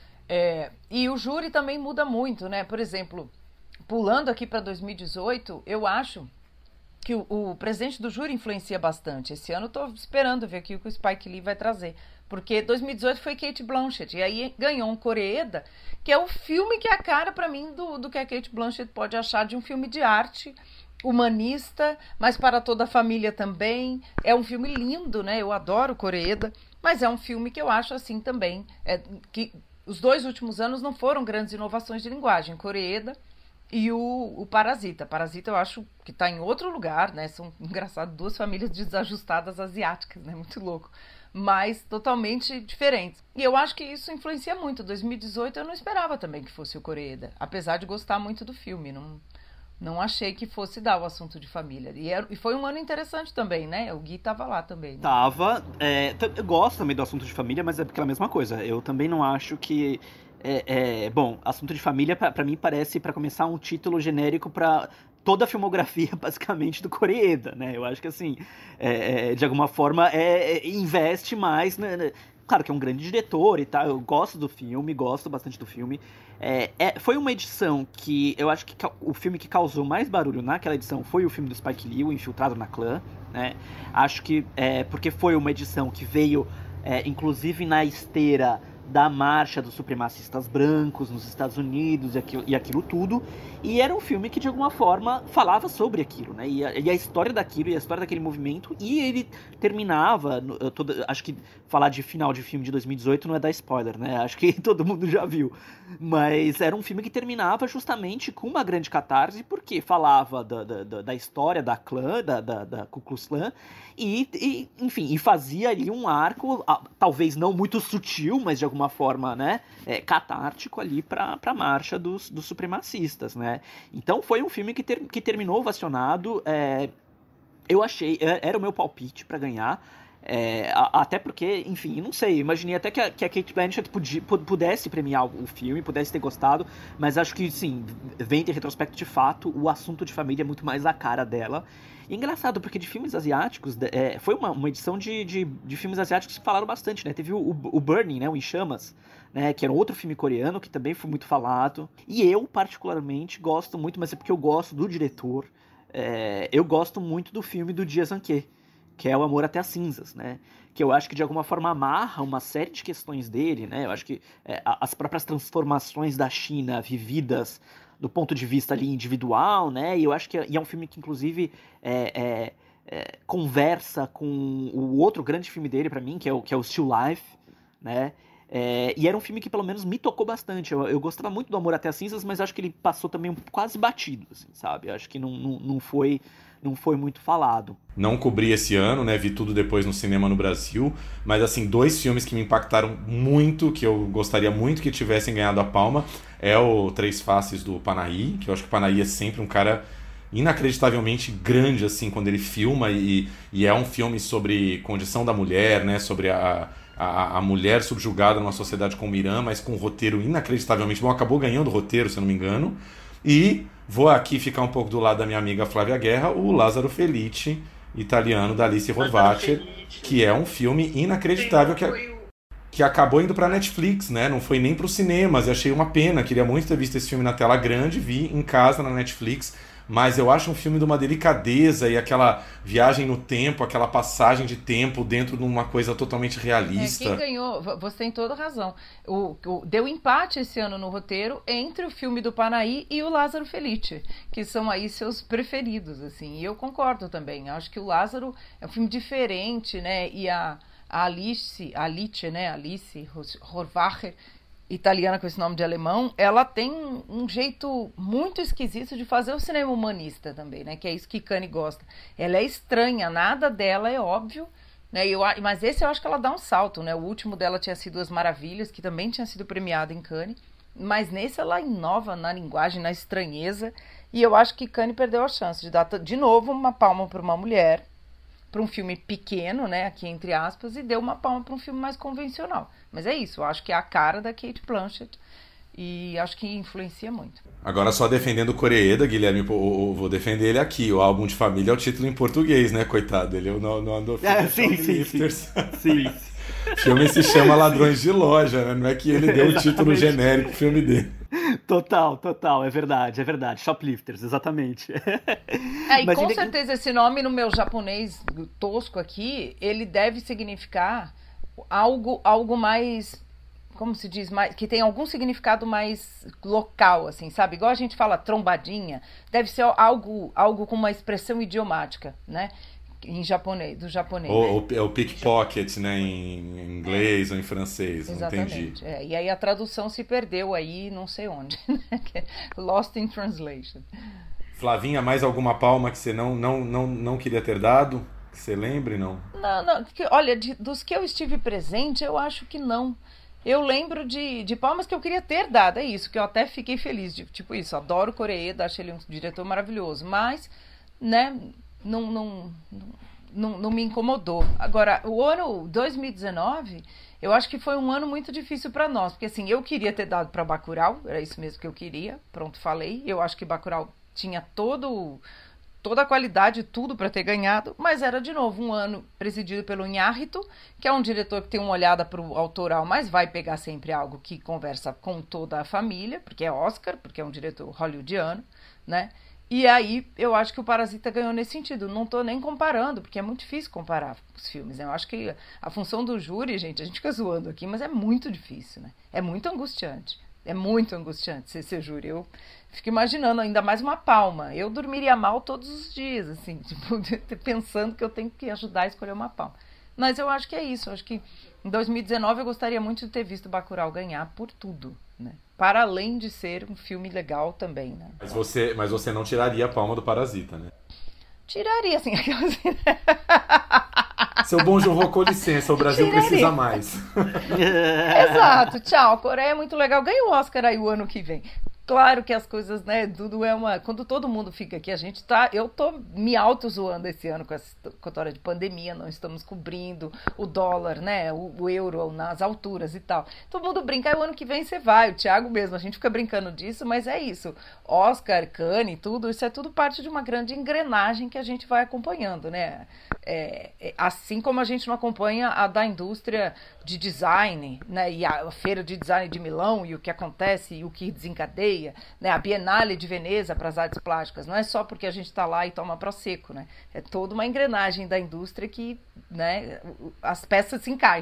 É, e o júri também muda muito, né? Por exemplo, pulando aqui para dois mil e dezoito, eu acho que o, o presidente do júri influencia bastante. Esse ano eu tô esperando ver aqui o que o Spike Lee vai trazer. Porque dois mil e dezoito foi Cate Blanchett. E aí ganhou um Koreeda, que é o filme que é a cara para mim do, do que a Cate Blanchett pode achar de um filme de arte humanista, mas para toda a família também. É um filme lindo, né? Eu adoro Koreeda, mas é um filme que eu acho assim também, é, que os dois últimos anos não foram grandes inovações de linguagem, Koreeda e o, o Parasita. Parasita eu acho que está em outro lugar, né? São, engraçado, duas famílias desajustadas asiáticas, né? Muito louco. Mas totalmente diferentes. E eu acho que isso influencia muito. dois mil e dezoito eu não esperava também que fosse o Koreeda, apesar de gostar muito do filme, não... Não achei que fosse dar o assunto de família. E, era, e foi um ano interessante também, né? O Gui tava lá também. Né? Tava. É, eu gosto também do assunto de família, mas é aquela mesma coisa. Eu também não acho que... É, é, bom, assunto de família, pra, pra mim, parece, pra começar, um título genérico pra toda a filmografia, basicamente, do Koreeda, né? Eu acho que, assim, é, é, de alguma forma, é, é, investe mais... Né, né? Claro que é um grande diretor e tal, eu gosto do filme, gosto bastante do filme. É, é, foi uma edição que eu acho que o filme que causou mais barulho naquela edição foi o filme do Spike Lee, o Infiltrado na Clã, né? Acho que é porque foi uma edição que veio, é, inclusive na esteira da marcha dos supremacistas brancos nos Estados Unidos e aquilo, e aquilo tudo, e era um filme que de alguma forma falava sobre aquilo, né? E a, e a história daquilo, e a história daquele movimento, e ele terminava, no, todo, acho que falar de final de filme de dois mil e dezoito não é dar spoiler, né? Acho que todo mundo já viu, mas era um filme que terminava justamente com uma grande catarse, porque falava da, da, da história da clã, da, da, da Ku Klux Klan, e, e, enfim, e fazia ali um arco, talvez não muito sutil, mas de alguma forma, né, é, catártico ali para a marcha dos, dos supremacistas, né? Então foi um filme que, ter, que terminou ovacionado. É, eu achei, era o meu palpite para ganhar. É, até porque, enfim, não sei, imaginei até que a, que a Cate Blanchett podia, pudesse premiar o filme, pudesse ter gostado, mas acho que, sim, vendo em retrospecto, de fato, o assunto de família é muito mais a cara dela. E engraçado, porque de filmes asiáticos, é, foi uma, uma edição de, de, de filmes asiáticos que falaram bastante, né? Teve o, o Burning, né? O Em Chamas, né? Que era outro filme coreano, que também foi muito falado. E eu, particularmente, gosto muito, mas é porque eu gosto do diretor, é, eu gosto muito do filme do Jia Zhangke, que é O Amor Até as Cinzas, né? Que eu acho que de alguma forma amarra uma série de questões dele, né? Eu acho que é, as próprias transformações da China vividas do ponto de vista ali individual, né? E eu acho que é, e é um filme que, inclusive, é, é, é, conversa com o outro grande filme dele, pra mim, que é o, que é o Still Life, né? É, e era um filme que pelo menos me tocou bastante. Eu, eu gostava muito do Amor Até as Cinzas, mas acho que ele passou também quase batido, assim, sabe? Acho que não, não, não, foi, não foi muito falado. Não cobri esse ano, né? Vi tudo depois no cinema no Brasil. Mas, assim, dois filmes que me impactaram muito, que eu gostaria muito que tivessem ganhado a palma, é o Três Faces do Panahy, que eu acho que o Panahy é sempre um cara inacreditavelmente grande, assim, quando ele filma. E, e é um filme sobre condição da mulher, né? Sobre a... A, a mulher subjugada numa sociedade como o Irã, mas com um roteiro inacreditavelmente bom. Acabou ganhando o roteiro, se eu não me engano. E vou aqui ficar um pouco do lado da minha amiga Flávia Guerra, o Lázaro Felice, italiano, da Alice Horvath, que é um filme inacreditável que, que acabou indo pra Netflix, né? Não foi nem pros cinemas. Eu achei uma pena. Queria muito ter visto esse filme na tela grande. Vi em casa na Netflix. Mas eu acho um filme de uma delicadeza e aquela viagem no tempo, aquela passagem de tempo dentro de uma coisa totalmente realista. É, quem ganhou, você tem toda razão. O, o, deu empate esse ano no roteiro entre o filme do Panahy e o Lázaro Felice, que são aí seus preferidos, assim. E eu concordo também. Acho que o Lázaro é um filme diferente, né? E a, a Alice, Alice, né? Alice Horvath, italiana com esse nome de alemão, ela tem um jeito muito esquisito de fazer o cinema humanista também, né? Que é isso que Cannes gosta. Ela é estranha, nada dela é óbvio, né? Eu, mas esse eu acho que ela dá um salto, né? O último dela tinha sido As Maravilhas, que também tinha sido premiado em Cannes, mas nesse ela inova na linguagem, na estranheza, e eu acho que Cannes perdeu a chance de dar de novo uma palma para uma mulher, para um filme pequeno, né, aqui entre aspas, e deu uma palma para um filme mais convencional. Mas é isso, eu acho que é a cara da Cate Blanchett e acho que influencia muito. Agora só defendendo o Koreeda, Guilherme, eu vou defender ele aqui. O Álbum de Família é o título em português, né, coitado? Ele não, não andou... É, sim, sim, sim, sim. O filme se chama Ladrões de Loja, né? Não é que ele deu o título genérico pro filme dele. Total, total, é verdade, é verdade. Shoplifters, exatamente. É, e Mas com ele... certeza esse nome no meu japonês tosco aqui, ele deve significar algo, algo mais, como se diz, mais, que tem algum significado mais local, assim, sabe? Igual a gente fala trombadinha, deve ser algo, algo com uma expressão idiomática, né? Em japonês, do japonês. Ou né? é o pickpocket, né? Em inglês é. ou em francês, Exatamente, não entendi. É. E aí a tradução se perdeu aí, não sei onde. Né? Lost in translation. Flavinha, mais alguma palma que você não, não, não, não queria ter dado? Que você lembre, não? Não, não. Que, olha, de, dos que eu estive presente, eu acho que não. Eu lembro de, de palmas que eu queria ter dado, é isso, que eu até fiquei feliz. De, tipo isso, adoro o Koreeda, acho ele um diretor maravilhoso. Mas, né... Não, não, não, não me incomodou. Agora, o ano dois mil e dezenove, eu acho que foi um ano muito difícil para nós, porque assim, eu queria ter dado para Bacurau, era isso mesmo que eu queria, pronto, falei. Eu acho que Bacurau tinha todo, toda a qualidade, tudo para ter ganhado, mas era de novo um ano presidido pelo Iñárritu, que é um diretor que tem uma olhada para o autoral, mas vai pegar sempre algo que conversa com toda a família, porque é Oscar, porque é um diretor hollywoodiano, né? E aí, eu acho que o Parasita ganhou nesse sentido. Não estou nem comparando, porque é muito difícil comparar os filmes, né? Eu acho que a função do júri, gente, a gente fica zoando aqui, mas é muito difícil, né? É muito angustiante. É muito angustiante ser, ser júri. Eu fico imaginando ainda mais uma palma. Eu dormiria mal todos os dias, assim, tipo, pensando que eu tenho que ajudar a escolher uma palma. Mas eu acho que é isso. Eu acho que em dois mil e dezenove eu gostaria muito de ter visto Bacurau ganhar por tudo, né? Para além de ser um filme legal também, né? Mas você, mas você não tiraria a palma do Parasita, né? Tiraria, assim. Seu Bom João, com licença, o Brasil Tiraria. Precisa mais. Exato, tchau. A Coreia é muito legal. Ganha o Oscar aí o ano que vem. Claro que as coisas, né, tudo é uma... Quando todo mundo fica aqui, a gente tá... Eu tô me auto-zoando esse ano com essa história de pandemia, não estamos cobrindo o dólar, né, o, o euro nas alturas e tal. Todo mundo brinca, aí o ano que vem você vai, o Thiago mesmo, a gente fica brincando disso, mas é isso. Oscar, Cannes, tudo, isso é tudo parte de uma grande engrenagem que a gente vai acompanhando, né? É, é, assim como a gente não acompanha a da indústria de design, né, e a feira de design de Milão, e o que acontece, e o que desencadeia, né, a Bienale de Veneza para as artes plásticas, não é só porque a gente está lá e toma prosecco, né, é toda uma engrenagem da indústria que, né, as peças se encaixam.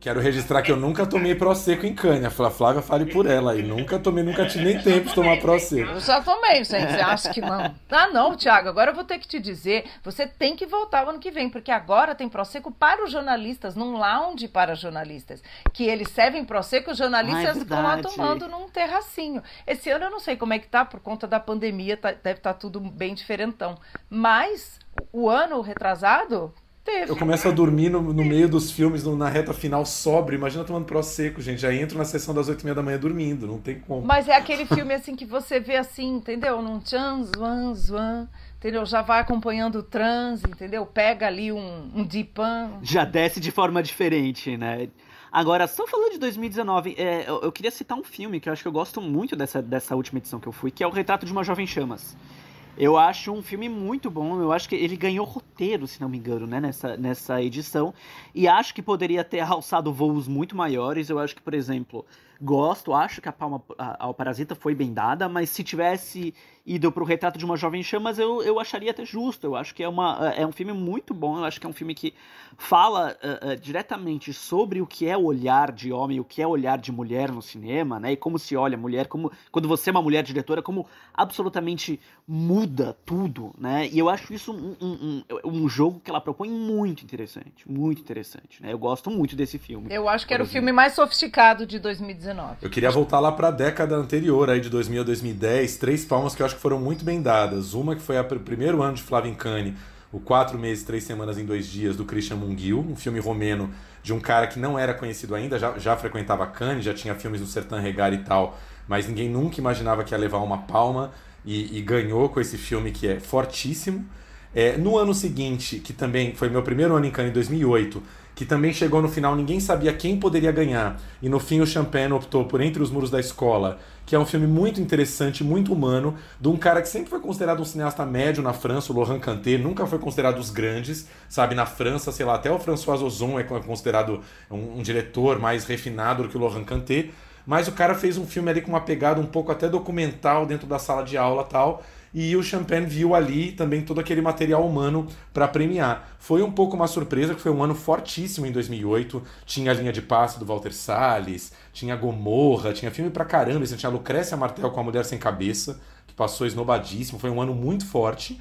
Quero registrar que eu nunca tomei Prosecco em Cannes. A Flávia fale por ela aí. Nunca tomei, nunca tive nem tempo de tomar Prosecco. Eu já tomei, gente. Você acha que não? Ah, não, Thiago. Agora eu vou ter que te dizer. Você tem que voltar o ano que vem, porque agora tem Prosecco para os jornalistas, num lounge para jornalistas. Que eles servem Prosecco, os jornalistas ah, é ficam lá tomando num terracinho. Esse ano eu não sei como é que tá, por conta da pandemia, tá, deve estar tá tudo bem diferentão. Mas o ano retrasado... Teve. Eu começo a dormir no, no meio dos filmes, no, na reta final, sóbrio. Imagina tomando Prosecco, gente. Já entro na sessão das oito e meia da manhã dormindo, não tem como. Mas é aquele filme assim que você vê assim, entendeu? Num tchan, zuan, zuan, entendeu? Já vai acompanhando o transe, entendeu? Pega ali um, um dipan. Já desce de forma diferente, né? Agora, só falando de dois mil e dezenove, é, eu, eu queria citar um filme que eu acho que eu gosto muito dessa, dessa última edição que eu fui, que é O Retrato de uma Jovem Chamas. Eu acho um filme muito bom, eu acho que ele ganhou roteiro, se não me engano, né, nessa, nessa edição, e acho que poderia ter alçado voos muito maiores. Eu acho que, por exemplo, gosto, acho que a palma ao Parasita foi bem dada, mas se tivesse ido pro Retrato de uma Jovem Chamas, eu, eu acharia até justo. Eu acho que é, uma, é um filme muito bom, eu acho que é um filme que fala uh, uh, diretamente sobre o que é o olhar de homem, o que é o olhar de mulher no cinema, né, e como se olha a mulher, como, quando você é uma mulher diretora, como absolutamente muda tudo, né, e eu acho isso um, um, um, um jogo que ela propõe muito interessante, muito interessante, né, eu gosto muito desse filme. Eu acho que era o filme mais sofisticado de dois mil e dezenove. Eu queria voltar lá para a década anterior, aí de dois mil a dois mil e dez, três palmas que eu acho que foram muito bem dadas. Uma que foi o primeiro ano de Flávia em Cannes, o Quatro Meses, Três Semanas em Dois Dias, do Christian Mungiu, um filme romeno de um cara que não era conhecido ainda, já, já frequentava Cannes, já tinha filmes no Sertã Regar e tal, mas ninguém nunca imaginava que ia levar uma palma, e, e ganhou com esse filme que é fortíssimo. É, no ano seguinte, que também foi meu primeiro ano em Cannes, em dois mil e oito, que também chegou no final, ninguém sabia quem poderia ganhar, e no fim o Champagne optou por Entre os Muros da Escola, que é um filme muito interessante, muito humano, de um cara que sempre foi considerado um cineasta médio na França, o Laurent Cantet, nunca foi considerado os grandes, sabe, na França, sei lá, até o François Ozon é considerado um, um diretor mais refinado do que o Laurent Cantet, mas o cara fez um filme ali com uma pegada um pouco até documental dentro da sala de aula e tal, e o Champagne viu ali também todo aquele material humano para premiar. Foi um pouco uma surpresa, que foi um ano fortíssimo em dois mil e oito, tinha A Linha de Passe do Walter Salles, tinha Gomorra, tinha filme pra caramba, tinha Lucrécia Martel com A Mulher Sem Cabeça, que passou esnobadíssimo, foi um ano muito forte,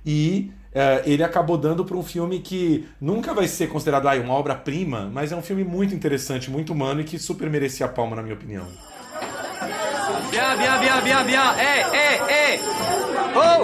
e uh, ele acabou dando para um filme que nunca vai ser considerado ah, uma obra-prima, mas é um filme muito interessante, muito humano e que super merecia a palma, na minha opinião. Bien, bien, bien, bien, bien. Hé, hé, hé. Oh!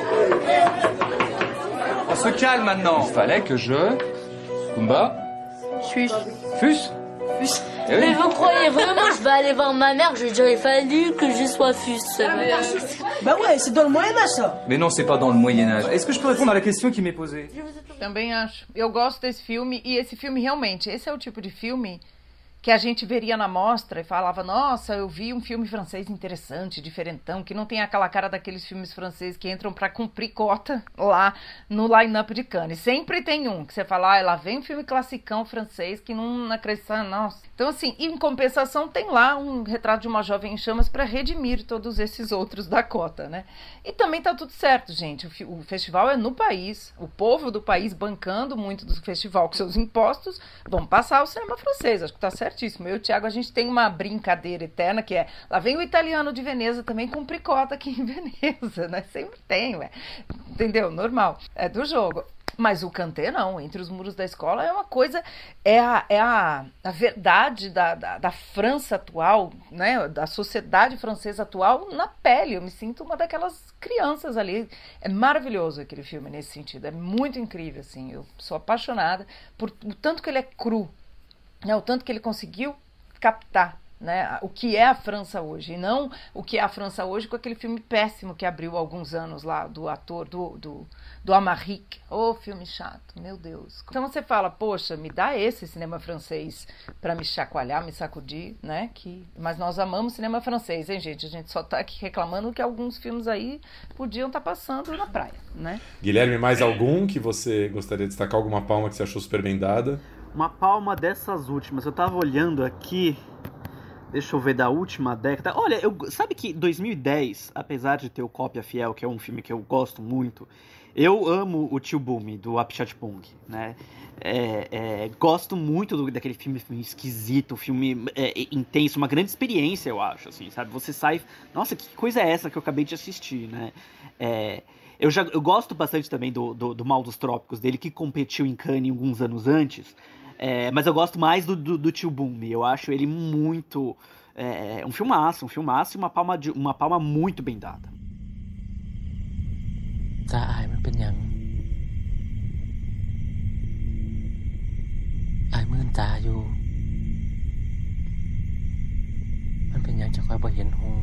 On se calme maintenant. Il fallait que je... Kumba? Fusse. Fusse? Fusse. Eh oui. Mais vous croyez vraiment que je vais aller voir ma mère? Je lui dirais, il fallu que je sois fusse. Bah ouais, c'est dans le Moyen-Âge, ça. Mais non, c'est pas dans le Moyen-Âge. Est-ce que je peux répondre à la question qui m'est posée? Também acho. Eu gosto desse filme, e esse filme realmente, esse é o tipo de filme que a gente veria na mostra e falava, nossa, eu vi um filme francês interessante, diferentão, que não tem aquela cara daqueles filmes franceses que entram pra cumprir cota lá no line-up de Cannes. Sempre tem um que você fala, ah, lá vem um filme classicão francês que não acrescenta, nossa. Então, assim, em compensação, tem lá um Retrato de uma Jovem em Chamas para redimir todos esses outros da cota, né? E também tá tudo certo, gente. O, o festival é no país, o povo do país bancando muito do festival com seus impostos, vão passar o cinema francês, acho que tá certíssimo. Eu e o Thiago, a gente tem uma brincadeira eterna que é, lá vem o Italiano de Veneza também cumprir cota aqui em Veneza, né? Sempre tem, ué. Entendeu? Normal. É do jogo. Mas o Cantet não, Entre os Muros da Escola é uma coisa, é a, é a, a verdade da, da, da França atual, né, da sociedade francesa atual na pele. Eu me sinto uma daquelas crianças ali. É maravilhoso aquele filme nesse sentido, é muito incrível, assim. Eu sou apaixonada por o tanto que ele é cru, né, o tanto que ele conseguiu captar, né, o que é a França hoje, e não o que é a França hoje com aquele filme péssimo que abriu há alguns anos lá, do ator, do, do, do Amalric. Ô, oh, filme chato, meu Deus. Então você fala, poxa, me dá esse cinema francês para me chacoalhar, me sacudir, né, que... mas nós amamos cinema francês, hein, gente? A gente só tá aqui reclamando que alguns filmes aí podiam estar tá passando na praia, né? Guilherme, mais algum que você gostaria de destacar, alguma palma que você achou super bem dada? Uma palma dessas últimas, eu tava olhando aqui... Deixa eu ver, da última década. Olha, eu, sabe que dois mil e dez, apesar de ter o Cópia Fiel, que é um filme que eu gosto muito, eu amo o Tio Boom, do Apichatpong, né? É, é, gosto muito do, daquele filme, filme esquisito, filme é, intenso, uma grande experiência, eu acho, assim, sabe? Você sai, nossa, que coisa é essa que eu acabei de assistir, né? É, eu, já, eu gosto bastante também do, do, do Mal dos Trópicos, dele que competiu em Cannes alguns anos antes, é, mas eu gosto mais do, do, do Tio Boom, eu acho ele muito... É, um filmaço, um filmaço e uma palma, de, uma palma muito bem dada. ตาอายมันเป็นหยังอายมื่นตาอยู่มันเป็นหยังจะคอยบ่เห็นหง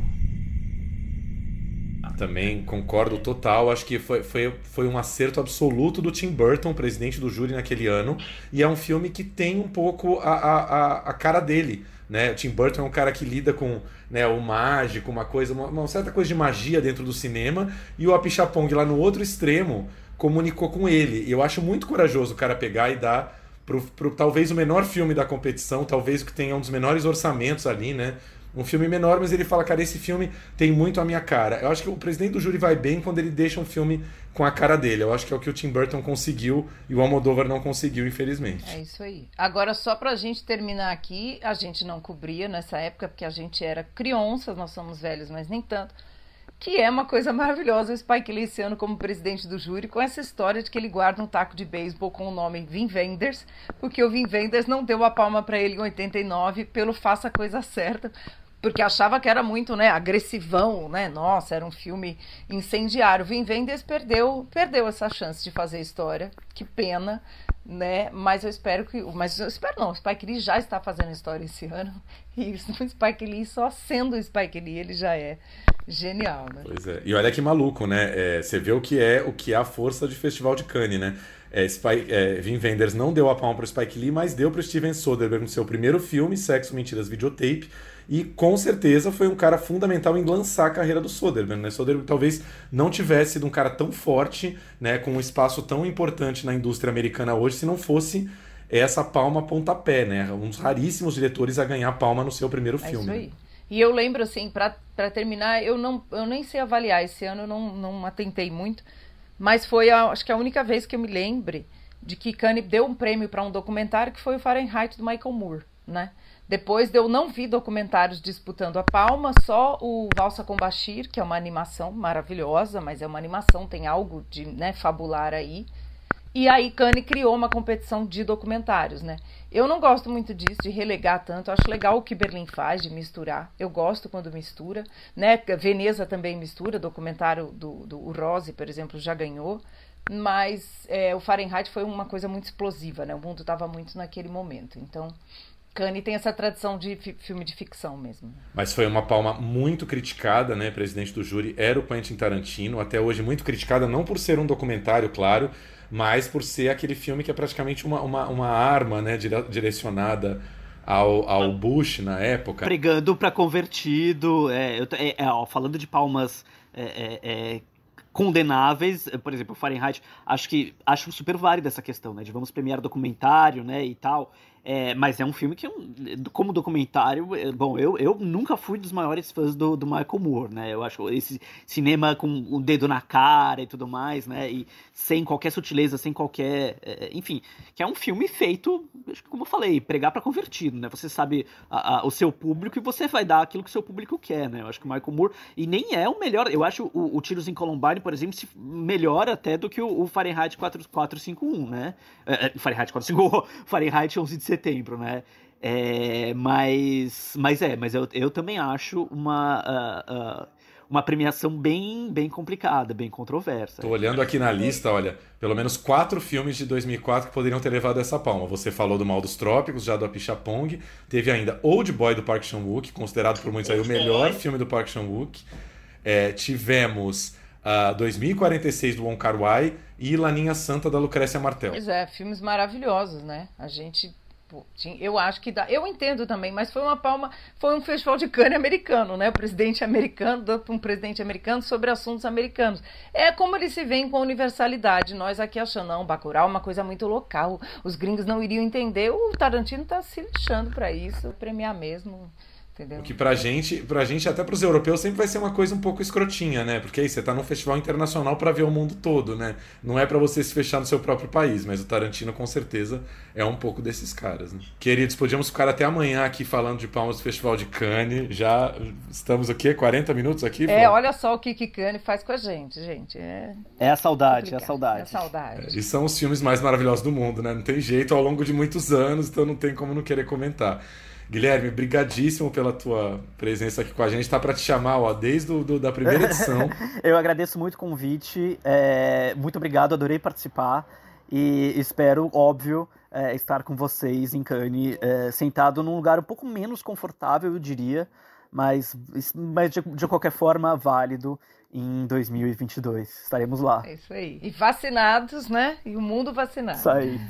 Também concordo total, acho que foi, foi, foi um acerto absoluto do Tim Burton, presidente do júri naquele ano, e é um filme que tem um pouco a, a, a cara dele, né? O Tim Burton é um cara que lida com, né, o mágico, uma coisa, uma, uma certa coisa de magia dentro do cinema, e o Apichatpong lá no outro extremo comunicou com ele, e eu acho muito corajoso o cara pegar e dar pro, pro talvez o menor filme da competição, talvez o que tenha um dos menores orçamentos ali, né? Um filme menor, mas ele fala, cara, esse filme tem muito a minha cara. Eu acho que o presidente do júri vai bem quando ele deixa um filme com a cara dele. Eu acho que é o que o Tim Burton conseguiu e o Almodóvar não conseguiu, infelizmente. É isso aí. Agora, só pra gente terminar aqui, a gente não cobria nessa época, porque a gente era crianças, nós somos velhos, mas nem tanto, que é uma coisa maravilhosa o Spike Lee esse ano como presidente do júri, com essa história de que ele guarda um taco de beisebol com o nome Wim Wenders, porque o Wim Wenders não deu a palma para ele em oitenta e nove pelo Faça a Coisa Certa, porque achava que era muito, né, agressivão, né, nossa, era um filme incendiário. O Wim Wenders perdeu, perdeu essa chance de fazer história, que pena, né, mas eu espero que, mas eu espero não, o Spike Lee já está fazendo história esse ano, e o Spike Lee, só sendo o Spike Lee, ele já é genial, né? Pois é, e olha que maluco, né, é, você vê o que é, o que é a força de Festival de Cannes, né, é, Spike, é, Wim Wenders não deu a palma para o Spike Lee, mas deu para o Steven Soderbergh no seu primeiro filme, Sexo, Mentiras, Videotape, e com certeza foi um cara fundamental em lançar a carreira do Soderbergh, né? Soderbergh talvez não tivesse sido um cara tão forte, né, com um espaço tão importante na indústria americana hoje, se não fosse essa palma pontapé, né? Um dos raríssimos diretores a ganhar palma no seu primeiro é filme. Isso aí. E eu lembro, assim, para terminar, eu, não, eu nem sei avaliar, esse ano eu não, não atentei muito, mas foi, a, acho que a única vez que eu me lembre de que Cannes deu um prêmio para um documentário, que foi o Fahrenheit, do Michael Moore, né? Depois eu não vi documentários disputando a palma, só o Valsa com Bashir, que é uma animação maravilhosa, mas é uma animação, tem algo de, né, fabular aí. E aí Cannes criou uma competição de documentários, né? Eu não gosto muito disso, de relegar tanto. Eu acho legal o que Berlim faz, de misturar. Eu gosto quando mistura, né? Veneza também mistura, documentário do, do o Rose, por exemplo, já ganhou. Mas é, o Fahrenheit foi uma coisa muito explosiva, né? O mundo estava muito naquele momento, então... Cannes tem essa tradição de fi- filme de ficção mesmo. Mas foi uma palma muito criticada, né? Presidente do júri era o Quentin Tarantino, até hoje muito criticada, não por ser um documentário, claro, mas por ser aquele filme que é praticamente uma, uma, uma arma, né, dire- direcionada ao, ao Bush na época. Pregando para convertido, é, eu, é, é, ó, falando de palmas é, é, é, condenáveis, por exemplo, Fahrenheit, acho que acho super válida essa questão, né, de vamos premiar documentário, né, e tal. É, mas é um filme que, como documentário, é, bom, eu, eu nunca fui dos maiores fãs do, do Michael Moore, né? Eu acho esse cinema com o dedo na cara e tudo mais, né? E sem qualquer sutileza, sem qualquer... É, enfim, que é um filme feito, como eu falei, pregar para convertido, né? Você sabe a, a, o seu público e você vai dar aquilo que o seu público quer, né? Eu acho que o Michael Moore... E nem é o melhor... Eu acho o, o Tiros em Columbine, por exemplo, se melhor até do que o, o Fahrenheit quatro cinco um, né? É, Fahrenheit quatro cinco um, Fahrenheit onze de setembro, né? É, mas, mas é, mas eu, eu também acho uma, uh, uh, uma premiação bem, bem complicada, bem controversa. Tô olhando aqui na lista, olha, pelo menos quatro filmes de dois mil e quatro que poderiam ter levado essa palma. Você falou do Mal dos Trópicos, já do Apichatpong. Teve ainda Old Boy, do Park Chan-wook, considerado por muitos aí o melhor filme do Park Chan-wook. É, tivemos uh, dois mil e quarenta e seis, do Wong Kar-wai, e Laninha Santa, da Lucrécia Martel. Pois é, filmes maravilhosos, né? A gente... Eu acho que dá. Eu entendo também, mas foi uma palma, foi um festival de Cannes americano, né? O presidente americano, um presidente americano sobre assuntos americanos. É como eles se veem com universalidade. Nós aqui achando, não, Bacurau é uma coisa muito local. Os gringos não iriam entender. O Tarantino tá se lixando para isso, premiar mesmo. entendeu? O que pra gente, pra gente, até pros europeus, sempre vai ser uma coisa um pouco escrotinha, né? Porque aí você tá num festival internacional pra ver o mundo todo, né? Não é pra você se fechar no seu próprio país, mas o Tarantino com certeza é um pouco desses caras, né? Queridos, podíamos ficar até amanhã aqui falando de palmas do Festival de Cannes. Já estamos o quê? quarenta minutos aqui? É, Flávio? Olha só o que que Cannes faz com a gente, gente. É, é a saudade, é a saudade. É a saudade. É, e são os filmes mais maravilhosos do mundo, né? Não tem jeito ao longo de muitos anos, então não tem como não querer comentar. Guilherme, brigadíssimo pela tua presença aqui com a gente. Tá para te chamar, ó, desde o, do, da primeira edição. Eu agradeço muito o convite. É, muito obrigado, adorei participar. E espero, óbvio, é, estar com vocês em Cannes, é, sentado num lugar um pouco menos confortável, eu diria, mas, mas de, de qualquer forma, válido em dois mil e vinte e dois. Estaremos lá. É isso aí. E vacinados, né? E o mundo vacinado. Isso aí.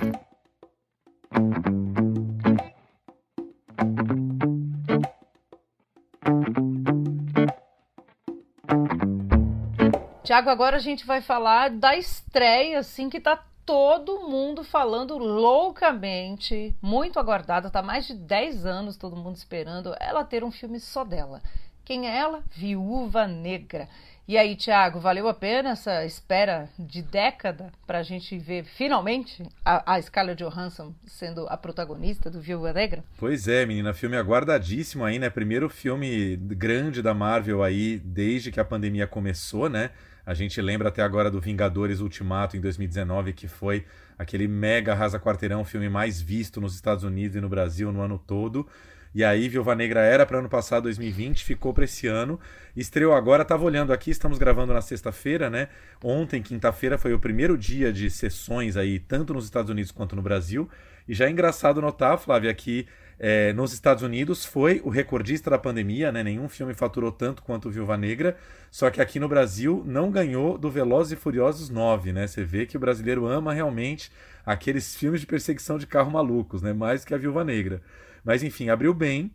Tiago, agora a gente vai falar da estreia, assim, que tá todo mundo falando loucamente, muito aguardada, tá mais de dez anos todo mundo esperando ela ter um filme só dela. Quem é ela? Viúva Negra. E aí, Tiago, valeu a pena essa espera de década pra gente ver finalmente a, a Scarlett Johansson sendo a protagonista do Viúva Negra? Pois é, menina, filme aguardadíssimo aí, né? Primeiro filme grande da Marvel aí desde que a pandemia começou, né? A gente lembra até agora do Vingadores Ultimato em dois mil e dezenove, que foi aquele mega arrasa-quarteirão, filme mais visto nos Estados Unidos e no Brasil no ano todo. E aí, Viúva Negra era para ano passado, dois mil e vinte, ficou para esse ano. Estreou agora, estava olhando aqui, estamos gravando na sexta-feira, né? Ontem, quinta-feira, foi o primeiro dia de sessões aí, tanto nos Estados Unidos quanto no Brasil. E já é engraçado notar, Flávia, que é, nos Estados Unidos foi o recordista da pandemia, né? Nenhum filme faturou tanto quanto o Viúva Negra. Só que aqui no Brasil não ganhou do Velozes e Furiosos nove, né? Você vê que o brasileiro ama realmente aqueles filmes de perseguição de carro malucos, né? Mais que a Viúva Negra. Mas enfim, abriu bem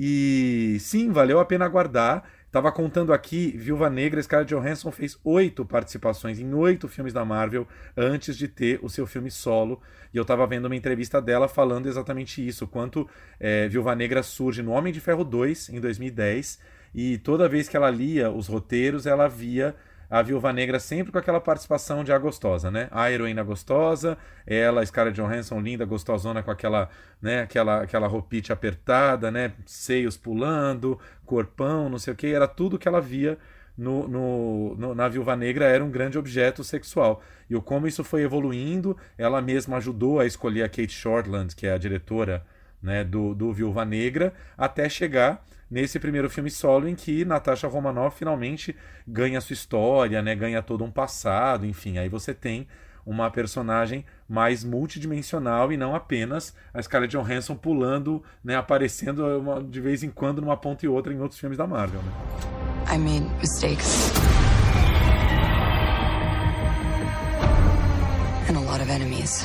e sim, valeu a pena aguardar. Tava contando aqui, Viúva Negra, Scarlett Johansson fez oito participações em oito filmes da Marvel antes de ter o seu filme solo. E eu tava vendo uma entrevista dela falando exatamente isso, quanto é, Viúva Negra surge no Homem de Ferro dois, em dois mil e dez, e toda vez que ela lia os roteiros, ela via a Viúva Negra sempre com aquela participação de a gostosa, né? A heroína gostosa, ela, Scarlett Johansson, linda, gostosona, com aquela, né, aquela, aquela roupite apertada, né? Seios pulando, corpão, não sei o que, era tudo que ela via no, no, no, na Viúva Negra, era um grande objeto sexual. E o como isso foi evoluindo, ela mesma ajudou a escolher a Kate Shortland, que é a diretora, né, do, do Viúva Negra, até chegar nesse primeiro filme solo em que Natasha Romanoff finalmente ganha sua história, né, ganha todo um passado, enfim, aí você tem uma personagem mais multidimensional e não apenas a Scarlett Johansson pulando, né, aparecendo uma, de vez em quando numa ponta e outra em outros filmes da Marvel, né? I made mistakes. And a lot of enemies.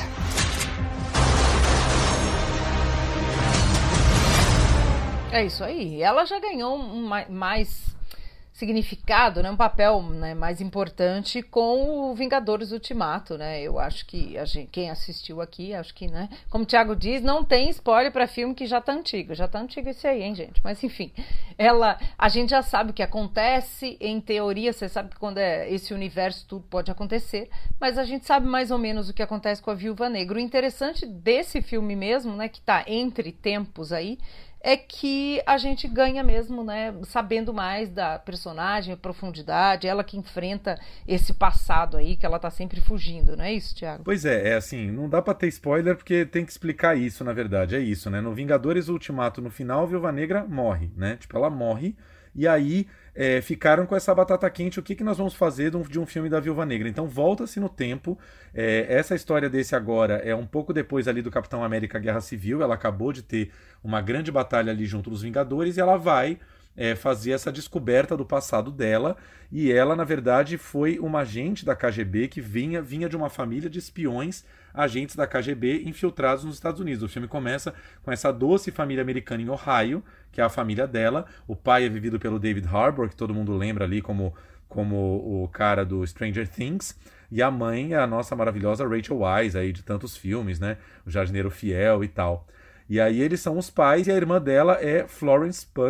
É isso aí. Ela já ganhou um mais significado, né, um papel, né, mais importante com o Vingadores Ultimato, né? Eu acho que a gente, quem assistiu aqui, acho que, né, como o Thiago diz, não tem spoiler para filme que já tá antigo, já tá antigo esse aí, hein, gente? Mas enfim, ela, a gente já sabe o que acontece, em teoria, você sabe que quando é esse universo tudo pode acontecer, mas a gente sabe mais ou menos o que acontece com a Viúva Negra. O interessante desse filme mesmo, né, que tá entre tempos aí, é que a gente ganha mesmo, né, sabendo mais da personagem, a profundidade, ela que enfrenta esse passado aí, que ela tá sempre fugindo, não é isso, Thiago? Pois é, é assim, não dá pra ter spoiler porque tem que explicar isso, na verdade, é isso, né, no Vingadores Ultimato, no final, a Viúva Negra morre, né, tipo, ela morre, e aí é, ficaram com essa batata quente, o que, que nós vamos fazer de um, de um filme da Viúva Negra? Então volta-se no tempo, é, essa história desse agora é um pouco depois ali do Capitão América Guerra Civil, ela acabou de ter uma grande batalha ali junto dos Vingadores e ela vai é, fazer essa descoberta do passado dela, e ela na verdade foi uma agente da K G B que vinha, vinha de uma família de espiões, agentes da K G B infiltrados nos Estados Unidos. O filme começa com essa doce família americana em Ohio, que é a família dela. O pai é vivido pelo David Harbour, que todo mundo lembra ali como, como o cara do Stranger Things, e a mãe é a nossa maravilhosa Rachel Weisz, aí, de tantos filmes, né? O Jardineiro Fiel e tal. E aí eles são os pais, e a irmã dela é Florence Pugh,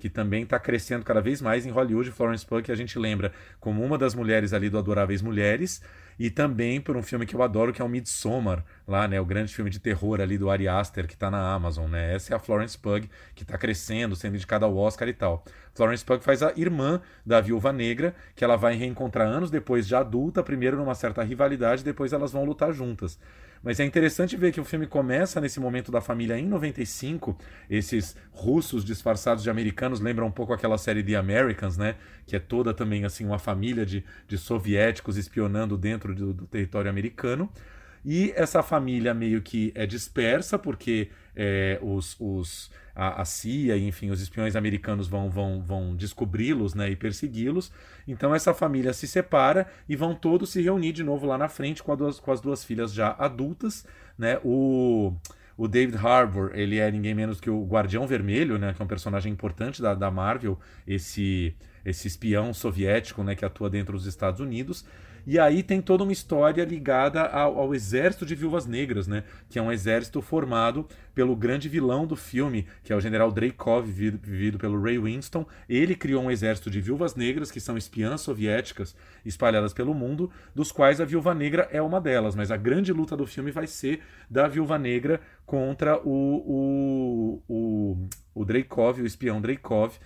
que também está crescendo cada vez mais em Hollywood. Florence Pugh, que a gente lembra como uma das mulheres ali do Adoráveis Mulheres, e também por um filme que eu adoro, que é o Midsommar, lá, né, o grande filme de terror ali do Ari Aster, que está na Amazon, né? Essa é a Florence Pugh, que está crescendo, sendo indicada ao Oscar e tal. Florence Pugh faz a irmã da Viúva Negra, que ela vai reencontrar anos depois, já adulta, primeiro numa certa rivalidade, depois elas vão lutar juntas. Mas é interessante ver que o filme começa nesse momento da família em noventa e cinco. Esses russos disfarçados de americanos lembram um pouco aquela série The Americans, né? Que é toda também assim uma família de, de soviéticos espionando dentro do, do território americano. E essa família meio que é dispersa, porque é, os, os, a, a C I A, enfim, os espiões americanos vão, vão, vão descobri-los, né, e persegui-los. Então essa família se separa e vão todos se reunir de novo lá na frente com, a duas, com as duas filhas já adultas, né? O, o David Harbour, ele é ninguém menos que o Guardião Vermelho, né, que é um personagem importante da, da Marvel, esse, esse espião soviético, né, que atua dentro dos Estados Unidos. E aí tem toda uma história ligada ao, ao exército de viúvas negras, né? Que é um exército formado pelo grande vilão do filme, que é o general Dreykov, vivido, vivido pelo Ray Winstone. Ele criou um exército de viúvas negras, que são espiãs soviéticas espalhadas pelo mundo, dos quais a Viúva Negra é uma delas. Mas a grande luta do filme vai ser da Viúva Negra contra o, o, o, o Dreykov, o espião Dreykov,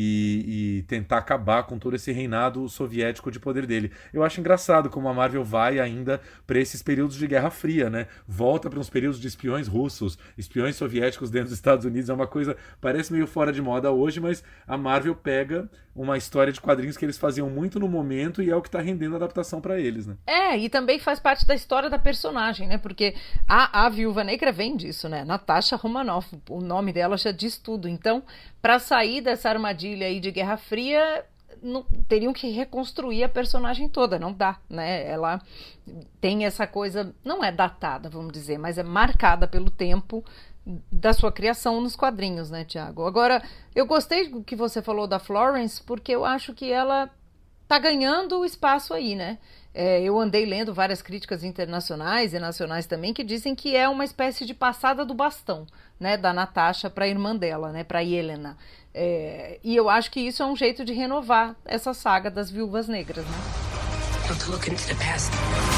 E, e tentar acabar com todo esse reinado soviético de poder dele. Eu acho engraçado como a Marvel vai ainda para esses períodos de Guerra Fria, né? Volta para uns períodos de espiões russos, espiões soviéticos dentro dos Estados Unidos. É uma coisa, parece meio fora de moda hoje, mas a Marvel pega uma história de quadrinhos que eles faziam muito no momento e é o que está rendendo a adaptação para eles, né? É, e também faz parte da história da personagem, né? Porque a, a Viúva Negra vem disso, né? Natasha Romanoff, o nome dela já diz tudo. Então, para sair dessa armadilha aí de Guerra Fria, não, teriam que reconstruir a personagem toda, não dá, né? Ela tem essa coisa, não é datada, vamos dizer, mas é marcada pelo tempo da sua criação nos quadrinhos, né, Thiago? Agora, eu gostei do que você falou da Florence, porque eu acho que ela tá ganhando espaço aí, né? É, eu andei lendo várias críticas internacionais e nacionais também que dizem que é uma espécie de passada do bastão, né, da Natasha para a irmã dela, né, para Yelena. É, e eu acho que isso é um jeito de renovar essa saga das Viúvas Negras, né? Not to look into the past.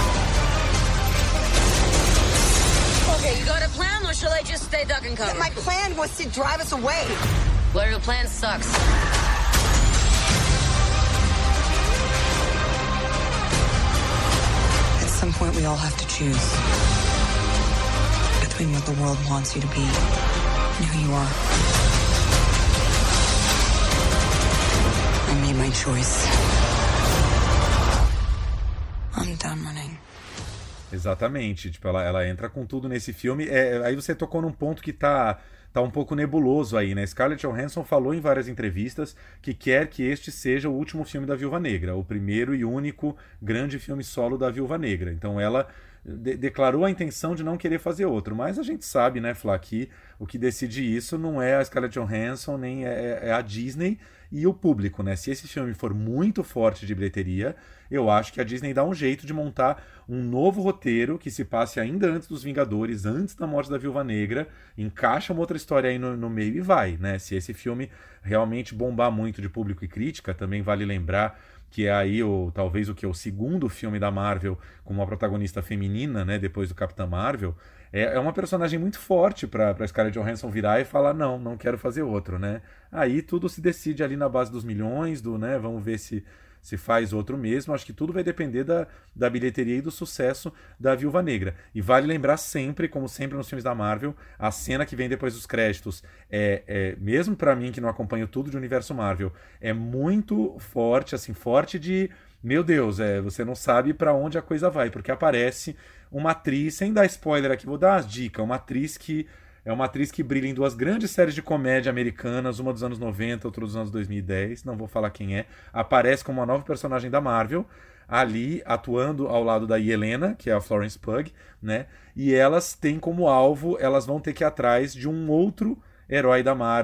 Okay, you got a plan or shall I just stay duck and cover? My plan was to drive us away. Well, your plan sucks. At some point, we all have to choose between what the world wants you to be and who you are. I made my choice. I'm done running. Exatamente, tipo, ela, ela entra com tudo nesse filme. É, aí você tocou num ponto que tá, tá um pouco nebuloso aí, né? Scarlett Johansson falou em várias entrevistas que quer que este seja o último filme da Viúva Negra, o primeiro e único grande filme solo da Viúva Negra. Então ela de- declarou a intenção de não querer fazer outro, mas a gente sabe, né, Flá, que o que decide isso não é a Scarlett Johansson, nem é, é a Disney e o público, né? Se esse filme for muito forte de bilheteria, eu acho que a Disney dá um jeito de montar um novo roteiro que se passe ainda antes dos Vingadores, antes da morte da Viúva Negra, encaixa uma outra história aí no, no meio e vai, né? Se esse filme realmente bombar muito de público e crítica, também vale lembrar que é aí o, talvez o que o segundo filme da Marvel com uma protagonista feminina, né, depois do Capitã Marvel, é, é uma personagem muito forte para para Scarlett Johansson virar e falar não, não quero fazer outro, né? Aí tudo se decide ali na base dos milhões, do, né, vamos ver se se faz outro mesmo. Acho que tudo vai depender da, da bilheteria e do sucesso da Viúva Negra. E vale lembrar sempre, como sempre nos filmes da Marvel, a cena que vem depois dos créditos, é, é mesmo pra mim que não acompanho tudo de universo Marvel, é muito forte, assim, forte de, meu Deus, é, você não sabe pra onde a coisa vai, porque aparece uma atriz, sem dar spoiler aqui, vou dar umas dicas, uma atriz que é uma atriz que brilha em duas grandes séries de comédia americanas, uma dos anos noventa, outra dos anos dois mil e dez, não vou falar quem é. Aparece como uma nova personagem da Marvel, ali atuando ao lado da Yelena, que é a Florence Pugh, né? E elas têm como alvo, elas vão ter que ir atrás de um outro herói da Marvel,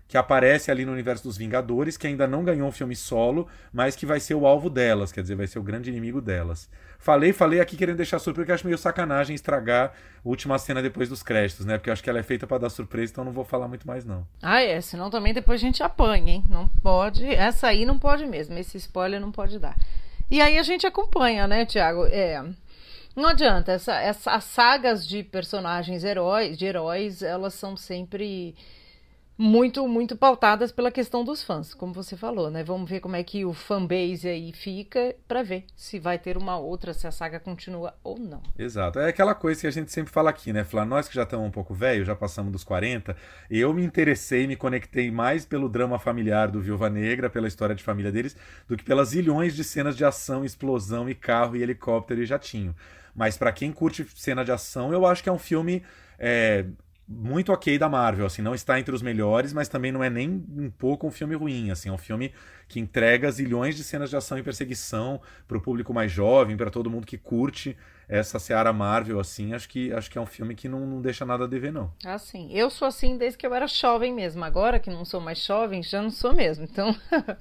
que aparece ali no universo dos Vingadores, que ainda não ganhou um filme solo, mas que vai ser o alvo delas, quer dizer, vai ser o grande inimigo delas. Falei, falei aqui querendo deixar surpresa, porque acho meio sacanagem estragar a última cena depois dos créditos, né? Porque eu acho que ela é feita pra dar surpresa, então não vou falar muito mais, não. Ah, é, senão também depois a gente apanha, hein? Não pode, essa aí não pode mesmo, esse spoiler não pode dar. E aí a gente acompanha, né, Thiago? É... Não adianta, essa, essa, as sagas de personagens heróis, de heróis, elas são sempre muito, muito pautadas pela questão dos fãs, como você falou, né? Vamos ver como é que o fanbase aí fica para ver se vai ter uma outra, se a saga continua ou não. Exato, é aquela coisa que a gente sempre fala aqui, né? Falar, nós que já estamos um pouco velhos, já passamos dos quarenta, eu me interessei, me conectei mais pelo drama familiar do Viúva Negra, pela história de família deles, do que pelas zilhões de cenas de ação, explosão e carro e helicóptero e jatinho. Mas pra quem curte cena de ação, eu acho que é um filme é, muito ok da Marvel, assim, não está entre os melhores, mas também não é nem um pouco um filme ruim, assim, é um filme que entrega zilhões de cenas de ação e perseguição pro público mais jovem, pra todo mundo que curte essa seara Marvel, assim, acho que, acho que é um filme que não, não deixa nada a dever, não. Ah, sim, eu sou assim desde que eu era jovem mesmo, agora que não sou mais jovem, já não sou mesmo, então...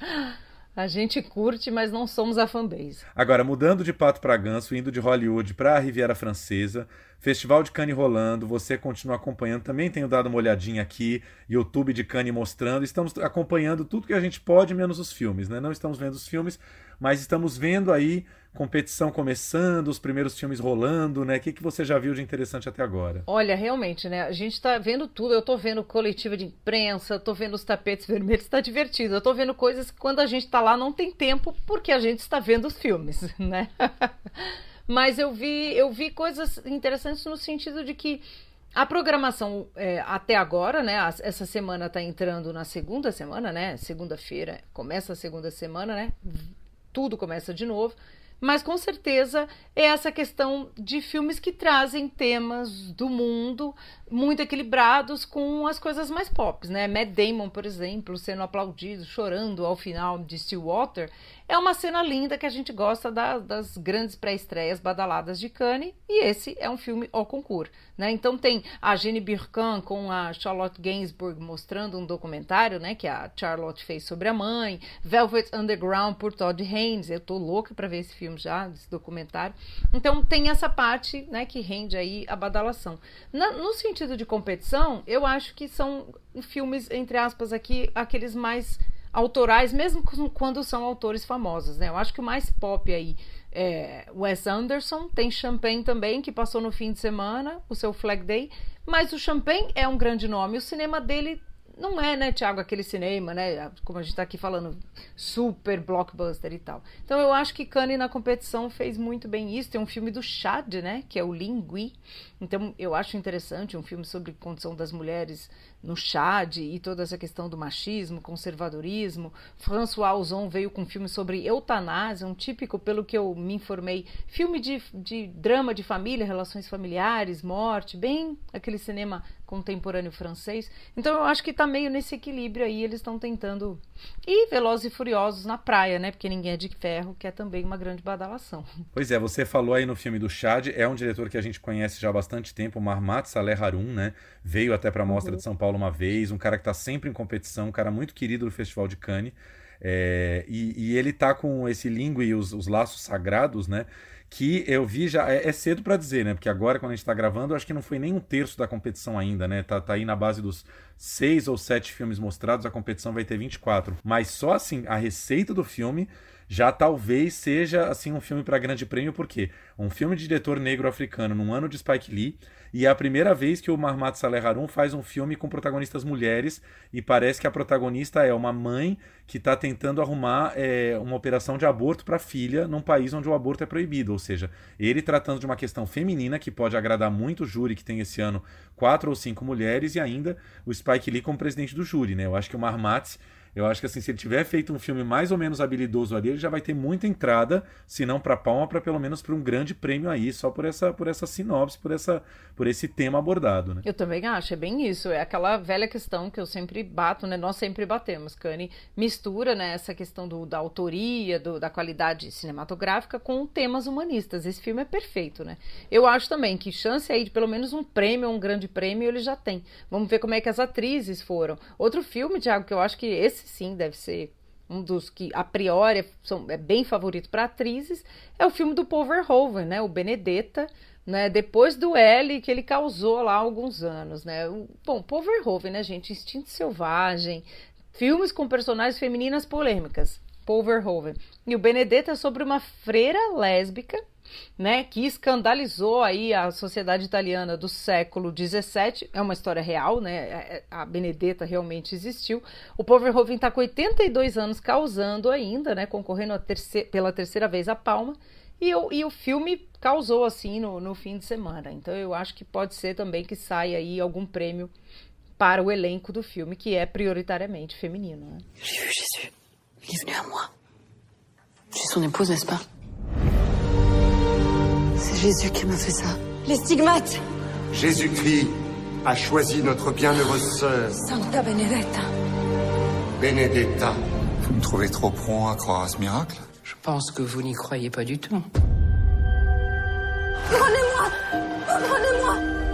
A gente curte, mas não somos a fanbase. Agora, mudando de pato para ganso, indo de Hollywood para a Riviera Francesa, Festival de Cannes rolando, você continua acompanhando. Também tenho dado uma olhadinha aqui, YouTube de Cannes mostrando. Estamos acompanhando tudo que a gente pode, menos os filmes, né? Não estamos vendo os filmes, mas estamos vendo aí competição começando, os primeiros filmes rolando, né? O que, que você já viu de interessante até agora? Olha, realmente, né? A gente tá vendo tudo. Eu tô vendo coletiva de imprensa, tô vendo os tapetes vermelhos, tá divertido. Eu tô vendo coisas que quando a gente tá lá não tem tempo, porque a gente está vendo os filmes, né? Mas eu vi, eu vi coisas interessantes no sentido de que a programação é, até agora, né? Essa semana tá entrando na segunda semana, né? Segunda-feira começa a segunda semana, né? Tudo começa de novo. Mas com certeza é essa questão de filmes que trazem temas do mundo muito equilibrados com as coisas mais pop, né? Matt Damon, por exemplo, sendo aplaudido, chorando ao final de Stillwater, é uma cena linda que a gente gosta da, das grandes pré-estreias badaladas de Cannes, e esse é um filme au concours, né? Então tem a Jenny Birkin com a Charlotte Gainsbourg mostrando um documentário, né, que a Charlotte fez sobre a mãe, Velvet Underground por Todd Haynes, eu tô louca para ver esse filme já, esse documentário. Então tem essa parte, né, que rende aí a badalação. Na, no sentido de competição, eu acho que são filmes, entre aspas, aqui, aqueles mais autorais, mesmo quando são autores famosos, né? Eu acho que o mais pop aí é Wes Anderson, tem Champagne também, que passou no fim de semana, o seu Flag Day, mas o Champagne é um grande nome, o cinema dele não é, né, Thiago, aquele cinema, né, como a gente tá aqui falando, super blockbuster e tal. Então eu acho que Cannes na competição fez muito bem isso. Tem um filme do Chad, né, que é o Lingui. Então eu acho interessante, um filme sobre condição das mulheres no Chad e toda essa questão do machismo, conservadorismo. François Ozon veio com um filme sobre eutanásia, um típico, pelo que eu me informei, filme de, de drama de família, relações familiares, morte, bem aquele cinema contemporâneo francês. Então eu acho que tá meio nesse equilíbrio aí, eles estão tentando ir Velozes e Furiosos na praia, né, porque ninguém é de ferro, que é também uma grande badalação. Pois é, você falou aí no filme do Chad, é um diretor que a gente conhece já há bastante tempo, o Marmat Saleh Haroun, né, veio até pra Mostra uhum. de São Paulo uma vez, um cara que tá sempre em competição, um cara muito querido do Festival de Cannes, é, e, e ele tá com esse Lingui e os, os laços sagrados, né, que eu vi já, é, é cedo pra dizer, né, porque agora quando a gente tá gravando, eu acho que não foi nem um terço da competição ainda, né, tá, tá aí na base dos seis ou sete filmes mostrados, a competição vai ter vinte e quatro, mas só assim, a receita do filme já talvez seja assim um filme para grande prêmio, porque um filme de diretor negro africano num ano de Spike Lee, e é a primeira vez que o Marmat Saleh Haroun faz um filme com protagonistas mulheres, e parece que a protagonista é uma mãe que está tentando arrumar é, uma operação de aborto para a filha num país onde o aborto é proibido, ou seja, ele tratando de uma questão feminina que pode agradar muito o júri, que tem esse ano quatro ou cinco mulheres, e ainda o Spike Lee como presidente do júri, né? Eu acho que o Marmat Eu acho que assim, se ele tiver feito um filme mais ou menos habilidoso ali, ele já vai ter muita entrada, se não para Palma, para pelo menos para um grande prêmio aí, só por essa, por essa sinopse, por, essa, por esse tema abordado, né? Eu também acho, é bem isso. É aquela velha questão que eu sempre bato, né? Nós sempre batemos. Cannes mistura, né, essa questão do, da autoria, do, da qualidade cinematográfica com temas humanistas. Esse filme é perfeito, né? Eu acho também que chance aí de pelo menos um prêmio, um grande prêmio, ele já tem. Vamos ver como é que as atrizes foram. Outro filme, Thiago, que eu acho que esse sim deve ser um dos que a priori são, é bem favorito para atrizes, é o filme do Paul Verhoeven, né? O Benedetta, né? Depois do L que ele causou lá há alguns anos, né? O, bom, Paul Verhoeven, né, gente? Instinto Selvagem, filmes com personagens femininas polêmicas. Paul Verhoeven. E o Benedetta é sobre uma freira lésbica, né, que escandalizou aí a sociedade italiana do século dezessete. É uma história real, né? A Benedetta realmente existiu. O Paul Verhoeven está com oitenta e dois anos causando ainda, né, concorrendo a terceira, pela terceira vez a Palma. E, eu, e o filme causou assim no, no fim de semana. Então eu acho que pode ser também que saia aí algum prêmio para o elenco do filme, que é prioritariamente feminino, né? J'ai vu Jésus. Il est venu à moi. Je suis son épouse, n'est-ce pas? C'est Jésus qui m'a fait ça. Les stigmates. Jésus-Christ a choisi notre bienheureuse sœur. Santa Benedetta. Benedetta. Vous me trouvez trop prompt à croire à ce miracle? Je pense que vous n'y croyez pas du tout. Prenez-moi! Prenez-moi!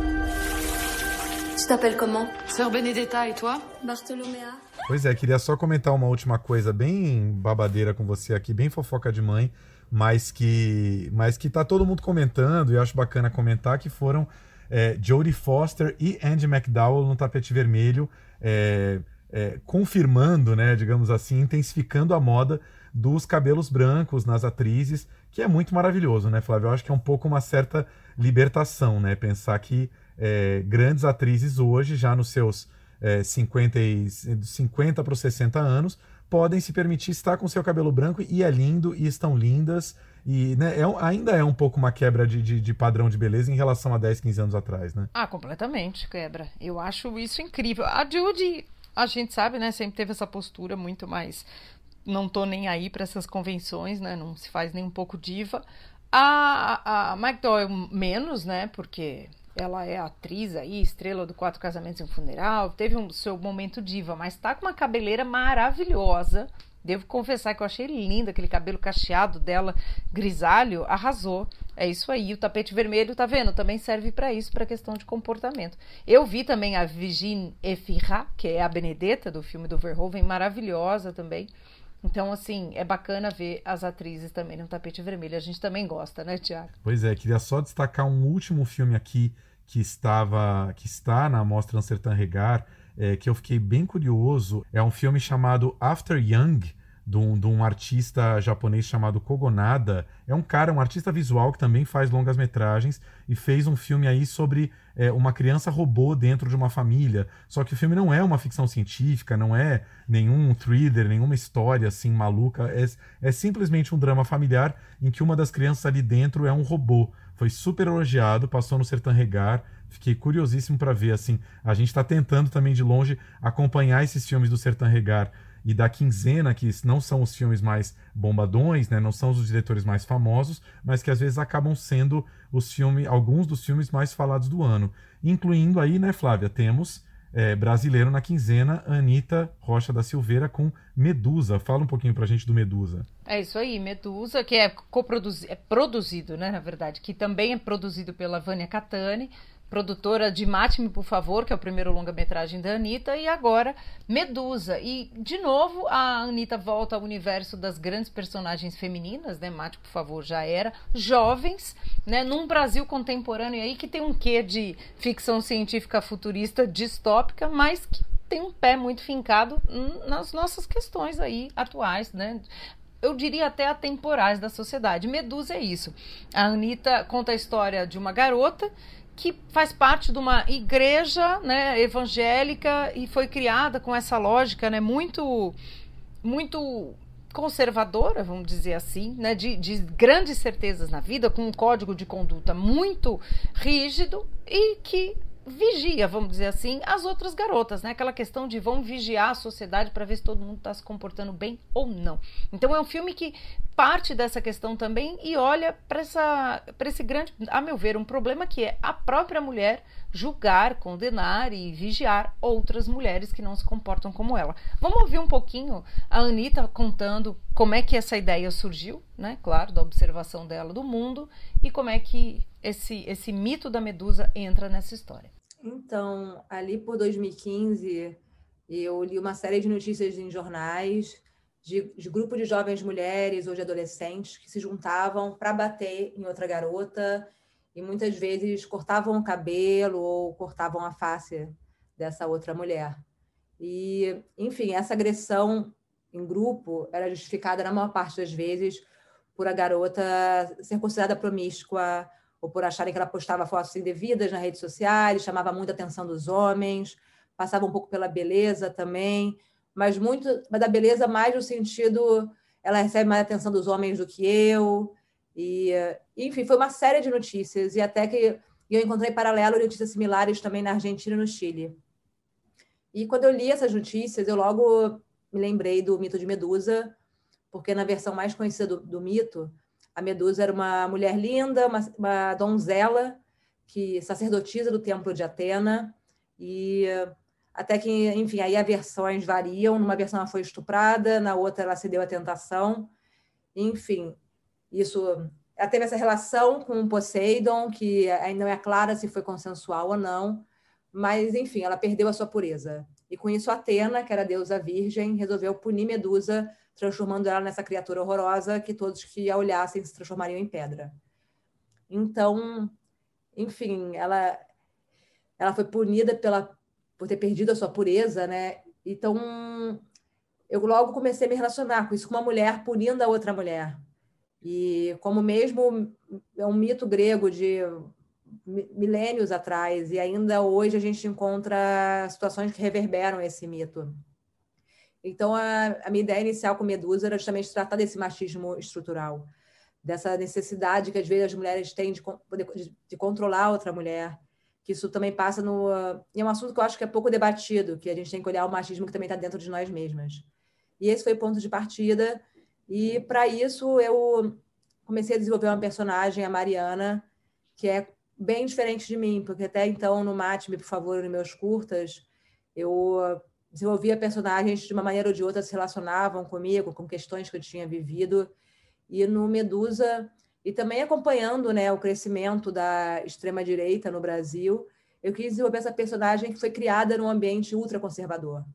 Tu t'appelles comment? Sœur Benedetta, et toi? Bartholoméa. Pois é, queria só comentar uma última coisa bem babadeira com você aqui, bem fofoca de mãe, mas que, mas que tá todo mundo comentando, e eu acho bacana comentar, que foram é, Jodie Foster e Andie MacDowell no tapete vermelho, é, é, confirmando, né, digamos assim, intensificando a moda dos cabelos brancos nas atrizes, que é muito maravilhoso, né, Flávio? Eu acho que é um pouco uma certa libertação, né, pensar que é, grandes atrizes hoje, já nos seus é, cinquenta, cinquenta para os sessenta anos, podem se permitir estar com seu cabelo branco, e é lindo, e estão lindas, e né, é, ainda é um pouco uma quebra de, de, de padrão de beleza em relação a dez, quinze anos atrás, né? Ah, completamente quebra. Eu acho isso incrível. A Judy, a gente sabe, né, sempre teve essa postura muito mais, não tô nem aí para essas convenções, né, não se faz nem um pouco diva. A, a MacDowell menos, né, porque ela é atriz aí, estrela do Quatro Casamentos e um Funeral, teve um seu momento diva, mas tá com uma cabeleira maravilhosa. Devo confessar que eu achei linda, aquele cabelo cacheado dela, grisalho, arrasou. É isso aí, o tapete vermelho, tá vendo? Também serve para isso, para questão de comportamento. Eu vi também a Virginie Efira, que é a Benedetta do filme do Verhoeven, maravilhosa também. Então, assim, é bacana ver as atrizes também no tapete vermelho. A gente também gosta, né, Thiago? Pois é, queria só destacar um último filme aqui que estava, que está na Mostra Amsterdã Regard, é, que eu fiquei bem curioso. É um filme chamado After Young, de um, de um artista japonês chamado Kogonada. É um cara, um artista visual que também faz longas metragens e fez um filme aí sobre é, uma criança robô dentro de uma família. Só que o filme não é uma ficção científica, não é nenhum thriller, nenhuma história assim maluca. É, é simplesmente um drama familiar em que uma das crianças ali dentro é um robô. Foi super elogiado, passou no Sertã Regard. Fiquei curiosíssimo para ver, assim. A gente está tentando também de longe acompanhar esses filmes do Sertã Regard e da quinzena, que não são os filmes mais bombadões, né? Não são os diretores mais famosos, mas que às vezes acabam sendo os filmes, alguns dos filmes mais falados do ano. Incluindo aí, né, Flávia, temos é, brasileiro na quinzena, Anitta Rocha da Silveira com Medusa. Fala um pouquinho pra gente do Medusa. É isso aí, Medusa, que é, coproduzi- é produzido, né, na verdade, que também é produzido pela Vânia Catani, produtora de Mate-me, por favor, que é o primeiro longa-metragem da Anitta, e agora Medusa. E, de novo, a Anitta volta ao universo das grandes personagens femininas, né? Mate, por favor, já era. Jovens, né? Num Brasil contemporâneo aí que tem um quê de ficção científica futurista distópica, mas que tem um pé muito fincado nas nossas questões aí atuais, né? Eu diria até atemporais da sociedade. Medusa é isso. A Anitta conta a história de uma garota que faz parte de uma igreja, né, evangélica, e foi criada com essa lógica, né, muito, muito conservadora, vamos dizer assim, né, de, de grandes certezas na vida, com um código de conduta muito rígido, e que vigia, vamos dizer assim, as outras garotas, né? Aquela questão de vamos vigiar a sociedade para ver se todo mundo está se comportando bem ou não. Então é um filme que parte dessa questão também e olha para essa, para esse grande, a meu ver, um problema que é a própria mulher julgar, condenar e vigiar outras mulheres que não se comportam como ela. Vamos ouvir um pouquinho a Anitta contando como é que essa ideia surgiu, né? Claro, da observação dela do mundo e como é que esse, esse mito da Medusa entra nessa história. Então, ali por dois mil e quinze, eu li uma série de notícias em jornais de, de grupo de jovens mulheres ou de adolescentes que se juntavam para bater em outra garota e muitas vezes cortavam o cabelo ou cortavam a face dessa outra mulher. E, enfim, essa agressão em grupo era justificada na maior parte das vezes por a garota ser considerada promíscua ou por acharem que ela postava fotos indevidas nas redes sociais, chamava muita atenção dos homens, passava um pouco pela beleza também, mas muito mas da beleza mais no sentido, ela recebe mais atenção dos homens do que eu, e enfim, foi uma série de notícias, e até que eu encontrei paralelo de notícias similares também na Argentina e no Chile. E quando eu li essas notícias, eu logo me lembrei do mito de Medusa, porque na versão mais conhecida do, do mito, a Medusa era uma mulher linda, uma, uma donzela, que sacerdotisa do templo de Atena, e até que, enfim, aí as versões variam, numa versão ela foi estuprada, na outra ela cedeu à tentação, enfim, isso, ela teve essa relação com Poseidon, que ainda não é clara se foi consensual ou não, mas, enfim, ela perdeu a sua pureza. E com isso, Atena, que era a deusa virgem, resolveu punir Medusa, transformando ela nessa criatura horrorosa que todos que a olhassem se transformariam em pedra. Então, enfim, ela, ela foi punida pela, por ter perdido a sua pureza, né? Então, eu logo comecei a me relacionar com isso, com uma mulher punindo a outra mulher. E como mesmo é um mito grego de milênios atrás, e ainda hoje a gente encontra situações que reverberam esse mito. Então, a, a minha ideia inicial com Medusa era justamente tratar desse machismo estrutural, dessa necessidade que às vezes as mulheres têm de, de, de controlar outra mulher, que isso também passa no... E é um assunto que eu acho que é pouco debatido, que a gente tem que olhar o machismo que também está dentro de nós mesmas. E esse foi o ponto de partida, e para isso eu comecei a desenvolver uma personagem, a Mariana, que é bem diferente de mim, porque até então no Mate-me, por favor, nos meus curtas, eu desenvolvia personagens de uma maneira ou de outra se relacionavam comigo, com questões que eu tinha vivido, e no Medusa, e também acompanhando, né, o crescimento da extrema-direita no Brasil, eu quis desenvolver essa personagem que foi criada num ambiente ultraconservador.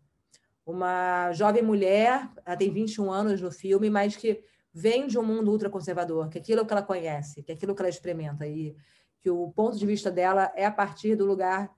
Uma jovem mulher, ela tem vinte e um anos no filme, mas que vem de um mundo ultraconservador, que é aquilo que ela conhece, que é aquilo que ela experimenta, e que o ponto de vista dela é a partir do lugar,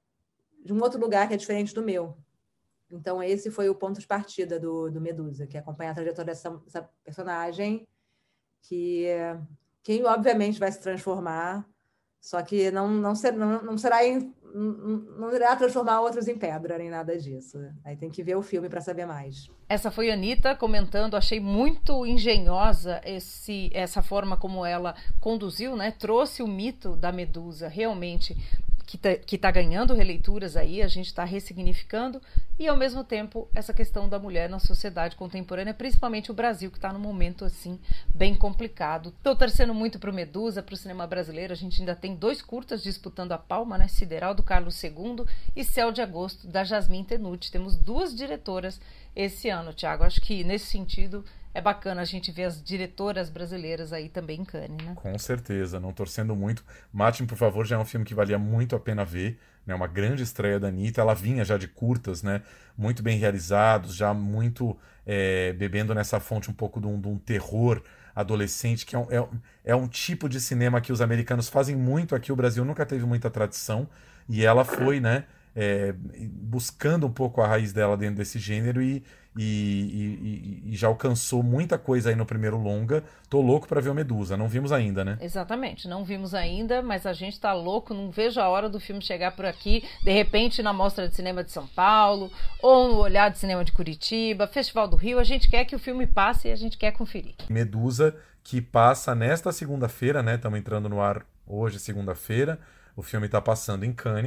de um outro lugar que é diferente do meu. Então, esse foi o ponto de partida do, do Medusa, que é acompanhar a trajetória dessa, dessa personagem, que, que obviamente vai se transformar, só que não, não, ser, não, não será em, não, não irá transformar outros em pedra, nem nada disso. Aí tem que ver o filme para saber mais. Essa foi a Anitta comentando, achei muito engenhosa esse, essa forma como ela conduziu, né? Trouxe o mito da Medusa realmente, que tá, que tá ganhando releituras aí, a gente está ressignificando, e ao mesmo tempo essa questão da mulher na sociedade contemporânea, principalmente o Brasil, que está num momento assim bem complicado. Estou torcendo muito para o Medusa, para o cinema brasileiro. A gente ainda tem dois curtas disputando a palma, né? Sideral, do Carlos segundo, e Céu de Agosto, da Jasmine Tenuti. Temos duas diretoras esse ano, Thiago. Acho que nesse sentido é bacana a gente ver as diretoras brasileiras aí também em Cannes, né? Com certeza, não torcendo muito. Mate-me, por favor, já é um filme que valia muito a pena ver, né? Uma grande estreia da Anitta. Ela vinha já de curtas, né? Muito bem realizados, já muito é, bebendo nessa fonte um pouco de um, de um terror adolescente, que é um, é, é um tipo de cinema que os americanos fazem muito aqui. O Brasil nunca teve muita tradição, e ela foi, né? É, buscando um pouco a raiz dela dentro desse gênero e, e, e, e já alcançou muita coisa aí no primeiro longa. Tô louco para ver o Medusa, não vimos ainda, né? Exatamente, não vimos ainda, mas a gente tá louco, não vejo a hora do filme chegar por aqui, de repente na Mostra de Cinema de São Paulo, ou no Olhar de Cinema de Curitiba, Festival do Rio. A gente quer que o filme passe e a gente quer conferir. Medusa, que passa nesta segunda-feira, né? Estamos entrando no ar hoje, segunda-feira. O filme tá passando em Cannes.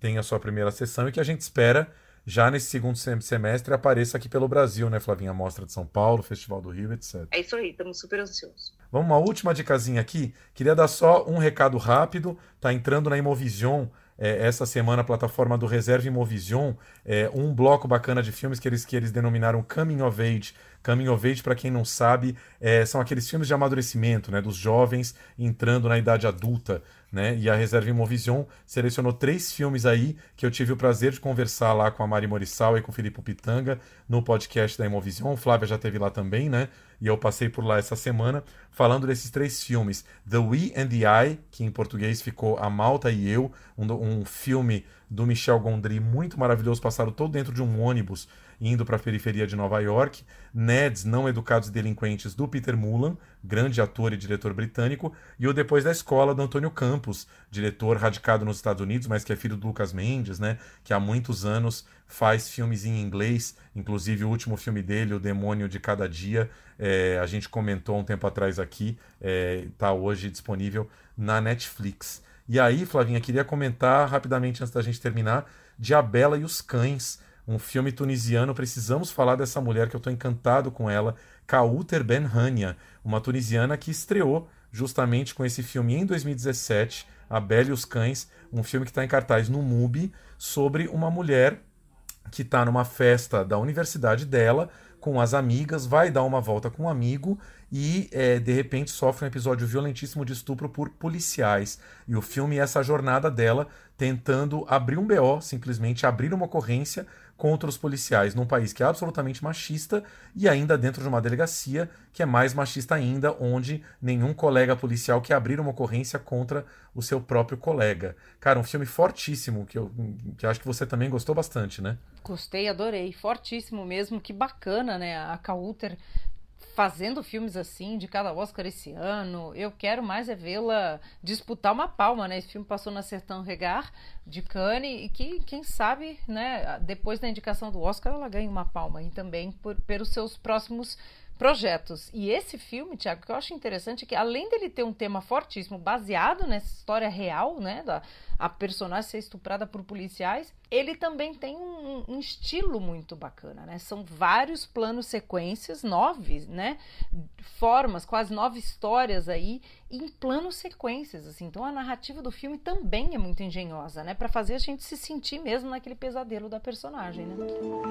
tem a sua primeira sessão e que a gente espera já nesse segundo semestre apareça aqui pelo Brasil, né, Flavinha? Mostra de São Paulo, Festival do Rio, etcétera. É isso aí, estamos super ansiosos. Vamos, uma última dicasinha aqui. Queria dar só um recado rápido. Tá entrando na Imovision é, essa semana, a plataforma do Reserva Imovision, é, um bloco bacana de filmes que eles, que eles denominaram Coming of Age. Coming of Age, para quem não sabe, é, são aqueles filmes de amadurecimento, né, dos jovens entrando na idade adulta. Né? E a Reserva Imovision selecionou três filmes aí que eu tive o prazer de conversar lá com a Mari Morissal e com o Filipe Pitanga no podcast da Imovision. O Flávia já esteve lá também, né? E eu passei por lá essa semana falando desses três filmes. The We and the I, que em português ficou A Malta e Eu, um, um filme do Michel Gondry muito maravilhoso, passaram todo dentro de um ônibus indo para a periferia de Nova York. Neds, Não Educados e Delinquentes, do Peter Mullan, grande ator e diretor britânico, e o Depois da Escola, do Antônio Campos, diretor radicado nos Estados Unidos, mas que é filho do Lucas Mendes, né, que há muitos anos faz filmes em inglês, inclusive o último filme dele, O Demônio de Cada Dia, é, a gente comentou um tempo atrás aqui, está é, hoje disponível na Netflix. E aí, Flavinha, queria comentar rapidamente, antes da gente terminar, de A Bela e os Cães, um filme tunisiano. Precisamos falar dessa mulher que eu estou encantado com ela, Kawther Ben-Hania, uma tunisiana que estreou justamente com esse filme em dois mil e dezessete, A Bela e os Cães, um filme que está em cartaz no MUBI, sobre uma mulher que está numa festa da universidade dela, com as amigas, vai dar uma volta com um amigo e, é, de repente, sofre um episódio violentíssimo de estupro por policiais. E o filme é essa jornada dela tentando abrir um B O, simplesmente abrir uma ocorrência contra os policiais, num país que é absolutamente machista e ainda dentro de uma delegacia que é mais machista ainda, onde nenhum colega policial quer abrir uma ocorrência contra o seu próprio colega. Cara, um filme fortíssimo, que eu, que eu acho que você também gostou bastante, né? Gostei, adorei. Fortíssimo mesmo. Que bacana, né? A Kawther fazendo filmes assim, de cada Oscar esse ano. Eu quero mais é vê-la disputar uma palma, né? Esse filme passou na Sertão Regar, de Cannes, e que, quem sabe, né, depois da indicação do Oscar, ela ganha uma palma, e também por, pelos seus próximos projetos. E esse filme, Thiago, que eu acho interessante é que, além dele ter um tema fortíssimo, baseado nessa história real, né, da a personagem ser estuprada por policiais, ele também tem um, um estilo muito bacana, né? São vários planos sequências, nove, né, formas, quase nove histórias aí, em planos sequências, assim. Então a narrativa do filme também é muito engenhosa, né, para fazer a gente se sentir mesmo naquele pesadelo da personagem, né?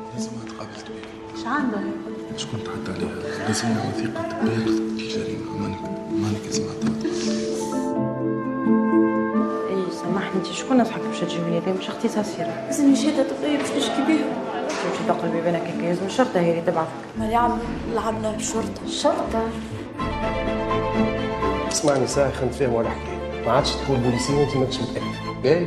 شكون تعدى عليها؟ لازمنا وثيقة تبين في جريمة مانك مانك سمعتها. اي سامحني انت شكون نصحك باش تجيبي لي؟ هذه مش اختصاصيه. لازمني شهادة طبية باش نشكي بهم. تمشي تقلبي بينك هكا لازم الشرطة هي اللي تبعثك. مالي عم لعبنا الشرطة. الشرطة؟ اسمعني ساعة خلينا نتفاهموا على حكاية. ما عادش تقول بوليسية وانت ماكش متأكد. باهي؟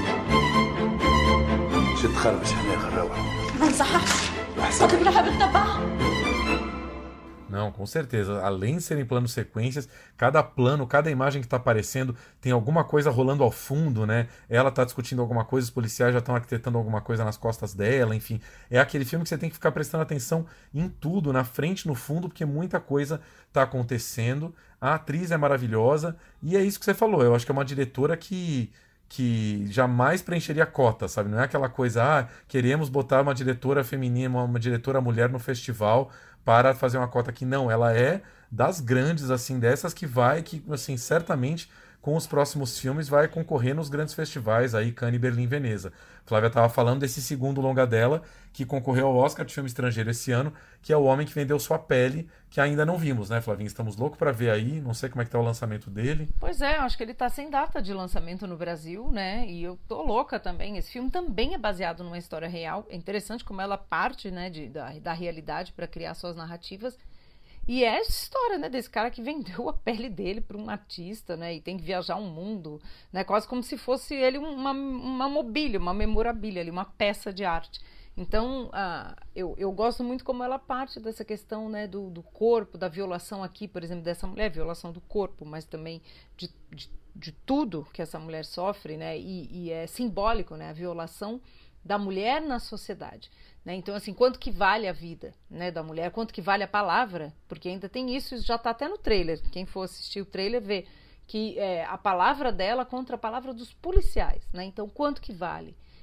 شد خربش عليها غراوة. ما نصحكش. أطلب لها بالتبع. Não, com certeza. Além de serem planos sequências, cada plano, cada imagem que está aparecendo tem alguma coisa rolando ao fundo, né? Ela está discutindo alguma coisa, os policiais já estão arquitetando alguma coisa nas costas dela, enfim. É aquele filme que você tem que ficar prestando atenção em tudo, na frente, no fundo, porque muita coisa está acontecendo. A atriz é maravilhosa e é isso que você falou. Eu acho que é uma diretora que... que jamais preencheria cota, sabe? Não é aquela coisa, ah, queremos botar uma diretora feminina, uma, uma diretora mulher no festival para fazer uma cota aqui. Não, ela é das grandes, assim, dessas que vai, que, assim, certamente com os próximos filmes vai concorrer nos grandes festivais, aí Cannes, Berlim, Veneza. Flávia estava falando desse segundo longa dela, que concorreu ao Oscar de filme estrangeiro esse ano, que é O Homem que Vendeu Sua Pele, que ainda não vimos, né, Flavinha? Estamos loucos para ver aí, não sei como é que tá o lançamento dele. Pois é, eu acho que ele tá sem data de lançamento no Brasil, né, e eu tô louca também. Esse filme também é baseado numa história real. É interessante como ela parte, né, de, da, da realidade para criar suas narrativas. E é essa história, né, desse cara que vendeu a pele dele para um artista, né, e tem que viajar um mundo, né, quase como se fosse ele uma, uma mobília, uma memorabilia, ali, uma peça de arte. Então, ah, eu, eu gosto muito como ela parte dessa questão, né, do, do corpo, da violação aqui, por exemplo, dessa mulher, violação do corpo, mas também de, de, de tudo que essa mulher sofre, né, e, e é simbólico, né, a violação da mulher na sociedade, né? Então, assim, quanto que vale a vida, né, da mulher, quanto que vale a palavra, porque ainda tem isso, isso já está até no trailer, quem for assistir o trailer vê que é, a palavra dela contra a palavra dos policiais, né? Então, quanto que vale?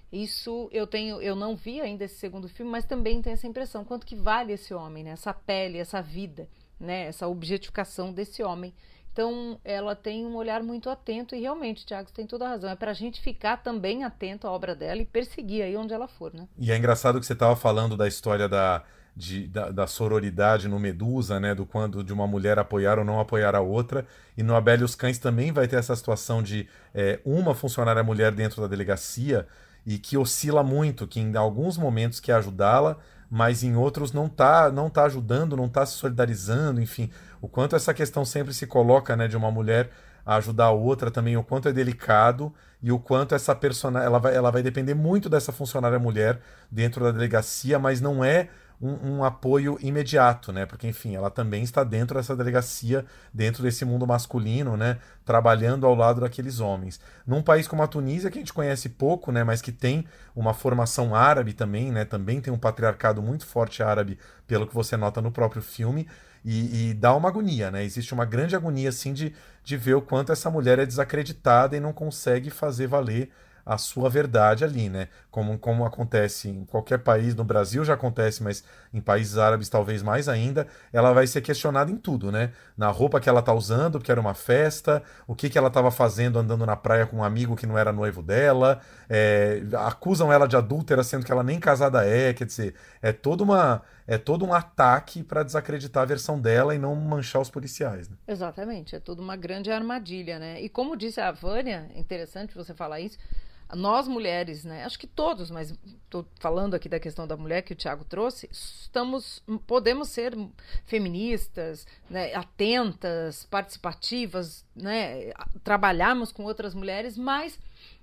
Isso eu tenho, eu não vi ainda esse segundo filme, mas também tenho essa impressão, quanto que vale esse homem, né? Essa pele, essa vida, né? Essa objetificação desse homem. Então, ela tem um olhar muito atento e realmente, Thiago, você tem toda a razão. É pra gente ficar também atento à obra dela e perseguir aí onde ela for, né? E é engraçado que você estava falando da história da, de, da, da sororidade no Medusa, né? Do quando de uma mulher apoiar ou não apoiar a outra. E no A Bela e os Cães também vai ter essa situação de é, uma funcionária mulher dentro da delegacia e que oscila muito, que em alguns momentos quer ajudá-la, mas em outros não tá, não tá ajudando, não tá se solidarizando, enfim. O quanto essa questão sempre se coloca, né, de uma mulher ajudar a outra também, o quanto é delicado e o quanto essa personagem, ela vai, ela vai depender muito dessa funcionária mulher dentro da delegacia, mas não é Um, um apoio imediato, né? Porque, enfim, ela também está dentro dessa delegacia, dentro desse mundo masculino, né? Trabalhando ao lado daqueles homens. Num país como a Tunísia, que a gente conhece pouco, né? Mas que tem uma formação árabe também, né? Também tem um patriarcado muito forte árabe, pelo que você nota no próprio filme, e, e dá uma agonia, né? Existe uma grande agonia, assim, de, de ver o quanto essa mulher é desacreditada e não consegue fazer valer a sua verdade ali, né? Como, como acontece em qualquer país, no Brasil já acontece, mas em países árabes talvez mais ainda, ela vai ser questionada em tudo, né? Na roupa que ela tá usando, porque era uma festa, o que, que ela estava fazendo andando na praia com um amigo que não era noivo dela, é, acusam ela de adúltera, sendo que ela nem casada é, quer dizer, é todo, uma, é todo um ataque para desacreditar a versão dela e não manchar os policiais, né? Exatamente, é toda uma grande armadilha, né? E como disse a Vânia, interessante você falar isso, nós mulheres, né, acho que todos, mas estou falando aqui da questão da mulher que o Thiago trouxe, estamos, podemos ser feministas, né, atentas, participativas, né, trabalharmos com outras mulheres, mas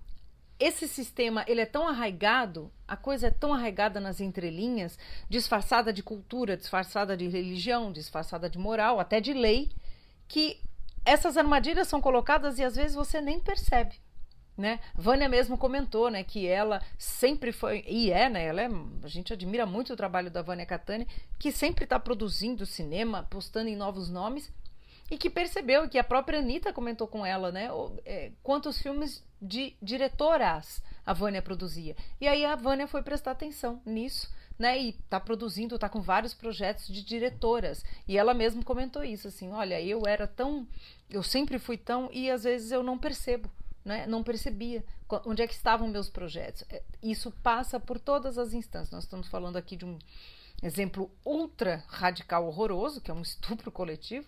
esse sistema, ele é tão arraigado, a coisa é tão arraigada nas entrelinhas, disfarçada de cultura, disfarçada de religião, disfarçada de moral, até de lei, que essas armadilhas são colocadas e às vezes você nem percebe. Né? Vânia mesmo comentou, né, que ela sempre foi, e é, né, ela é, a gente admira muito o trabalho da Vânia Catani, que sempre está produzindo cinema, apostando em novos nomes, e que percebeu, que a própria Anitta comentou com ela, né, é, quantos filmes de diretoras a Vânia produzia. E aí a Vânia foi prestar atenção nisso, né, e está produzindo, está com vários projetos de diretoras. E ela mesmo comentou isso, assim, olha, eu era tão, eu sempre fui tão, e às vezes eu não percebo. Né? Não percebia onde é que estavam meus projetos. Isso passa por todas as instâncias. Nós estamos falando aqui de um exemplo ultra radical horroroso, que é um estupro coletivo,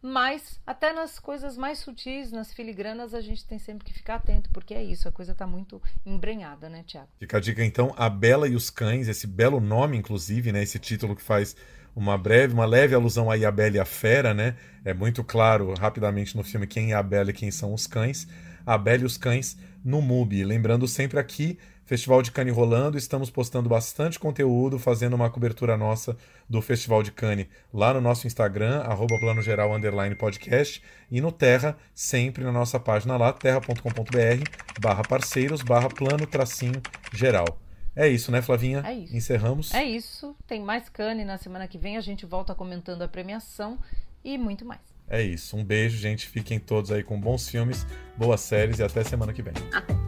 mas até nas coisas mais sutis, nas filigranas, a gente tem sempre que ficar atento, porque é isso, a coisa está muito embrenhada, né, Thiago? Fica a dica, então, A Bela e os Cães, esse belo nome, inclusive, né, esse título que faz uma breve, uma leve alusão aí à Bela e a Fera, né? É muito claro, rapidamente, no filme quem é a Bela e quem são os cães. A Bela e os Cães no MUBI. Lembrando sempre aqui, Festival de Cannes rolando, estamos postando bastante conteúdo, fazendo uma cobertura nossa do Festival de Cannes lá no nosso Instagram, arroba plano geral underline podcast, e no Terra, sempre na nossa página lá, terra ponto com ponto br, barra parceiros, barra plano tracinho geral. É isso, né, Flavinha? É isso. Encerramos. É isso. Tem mais Cannes na semana que vem. A gente volta comentando a premiação e muito mais. É isso. Um beijo, gente. Fiquem todos aí com bons filmes, boas séries e até semana que vem. Até.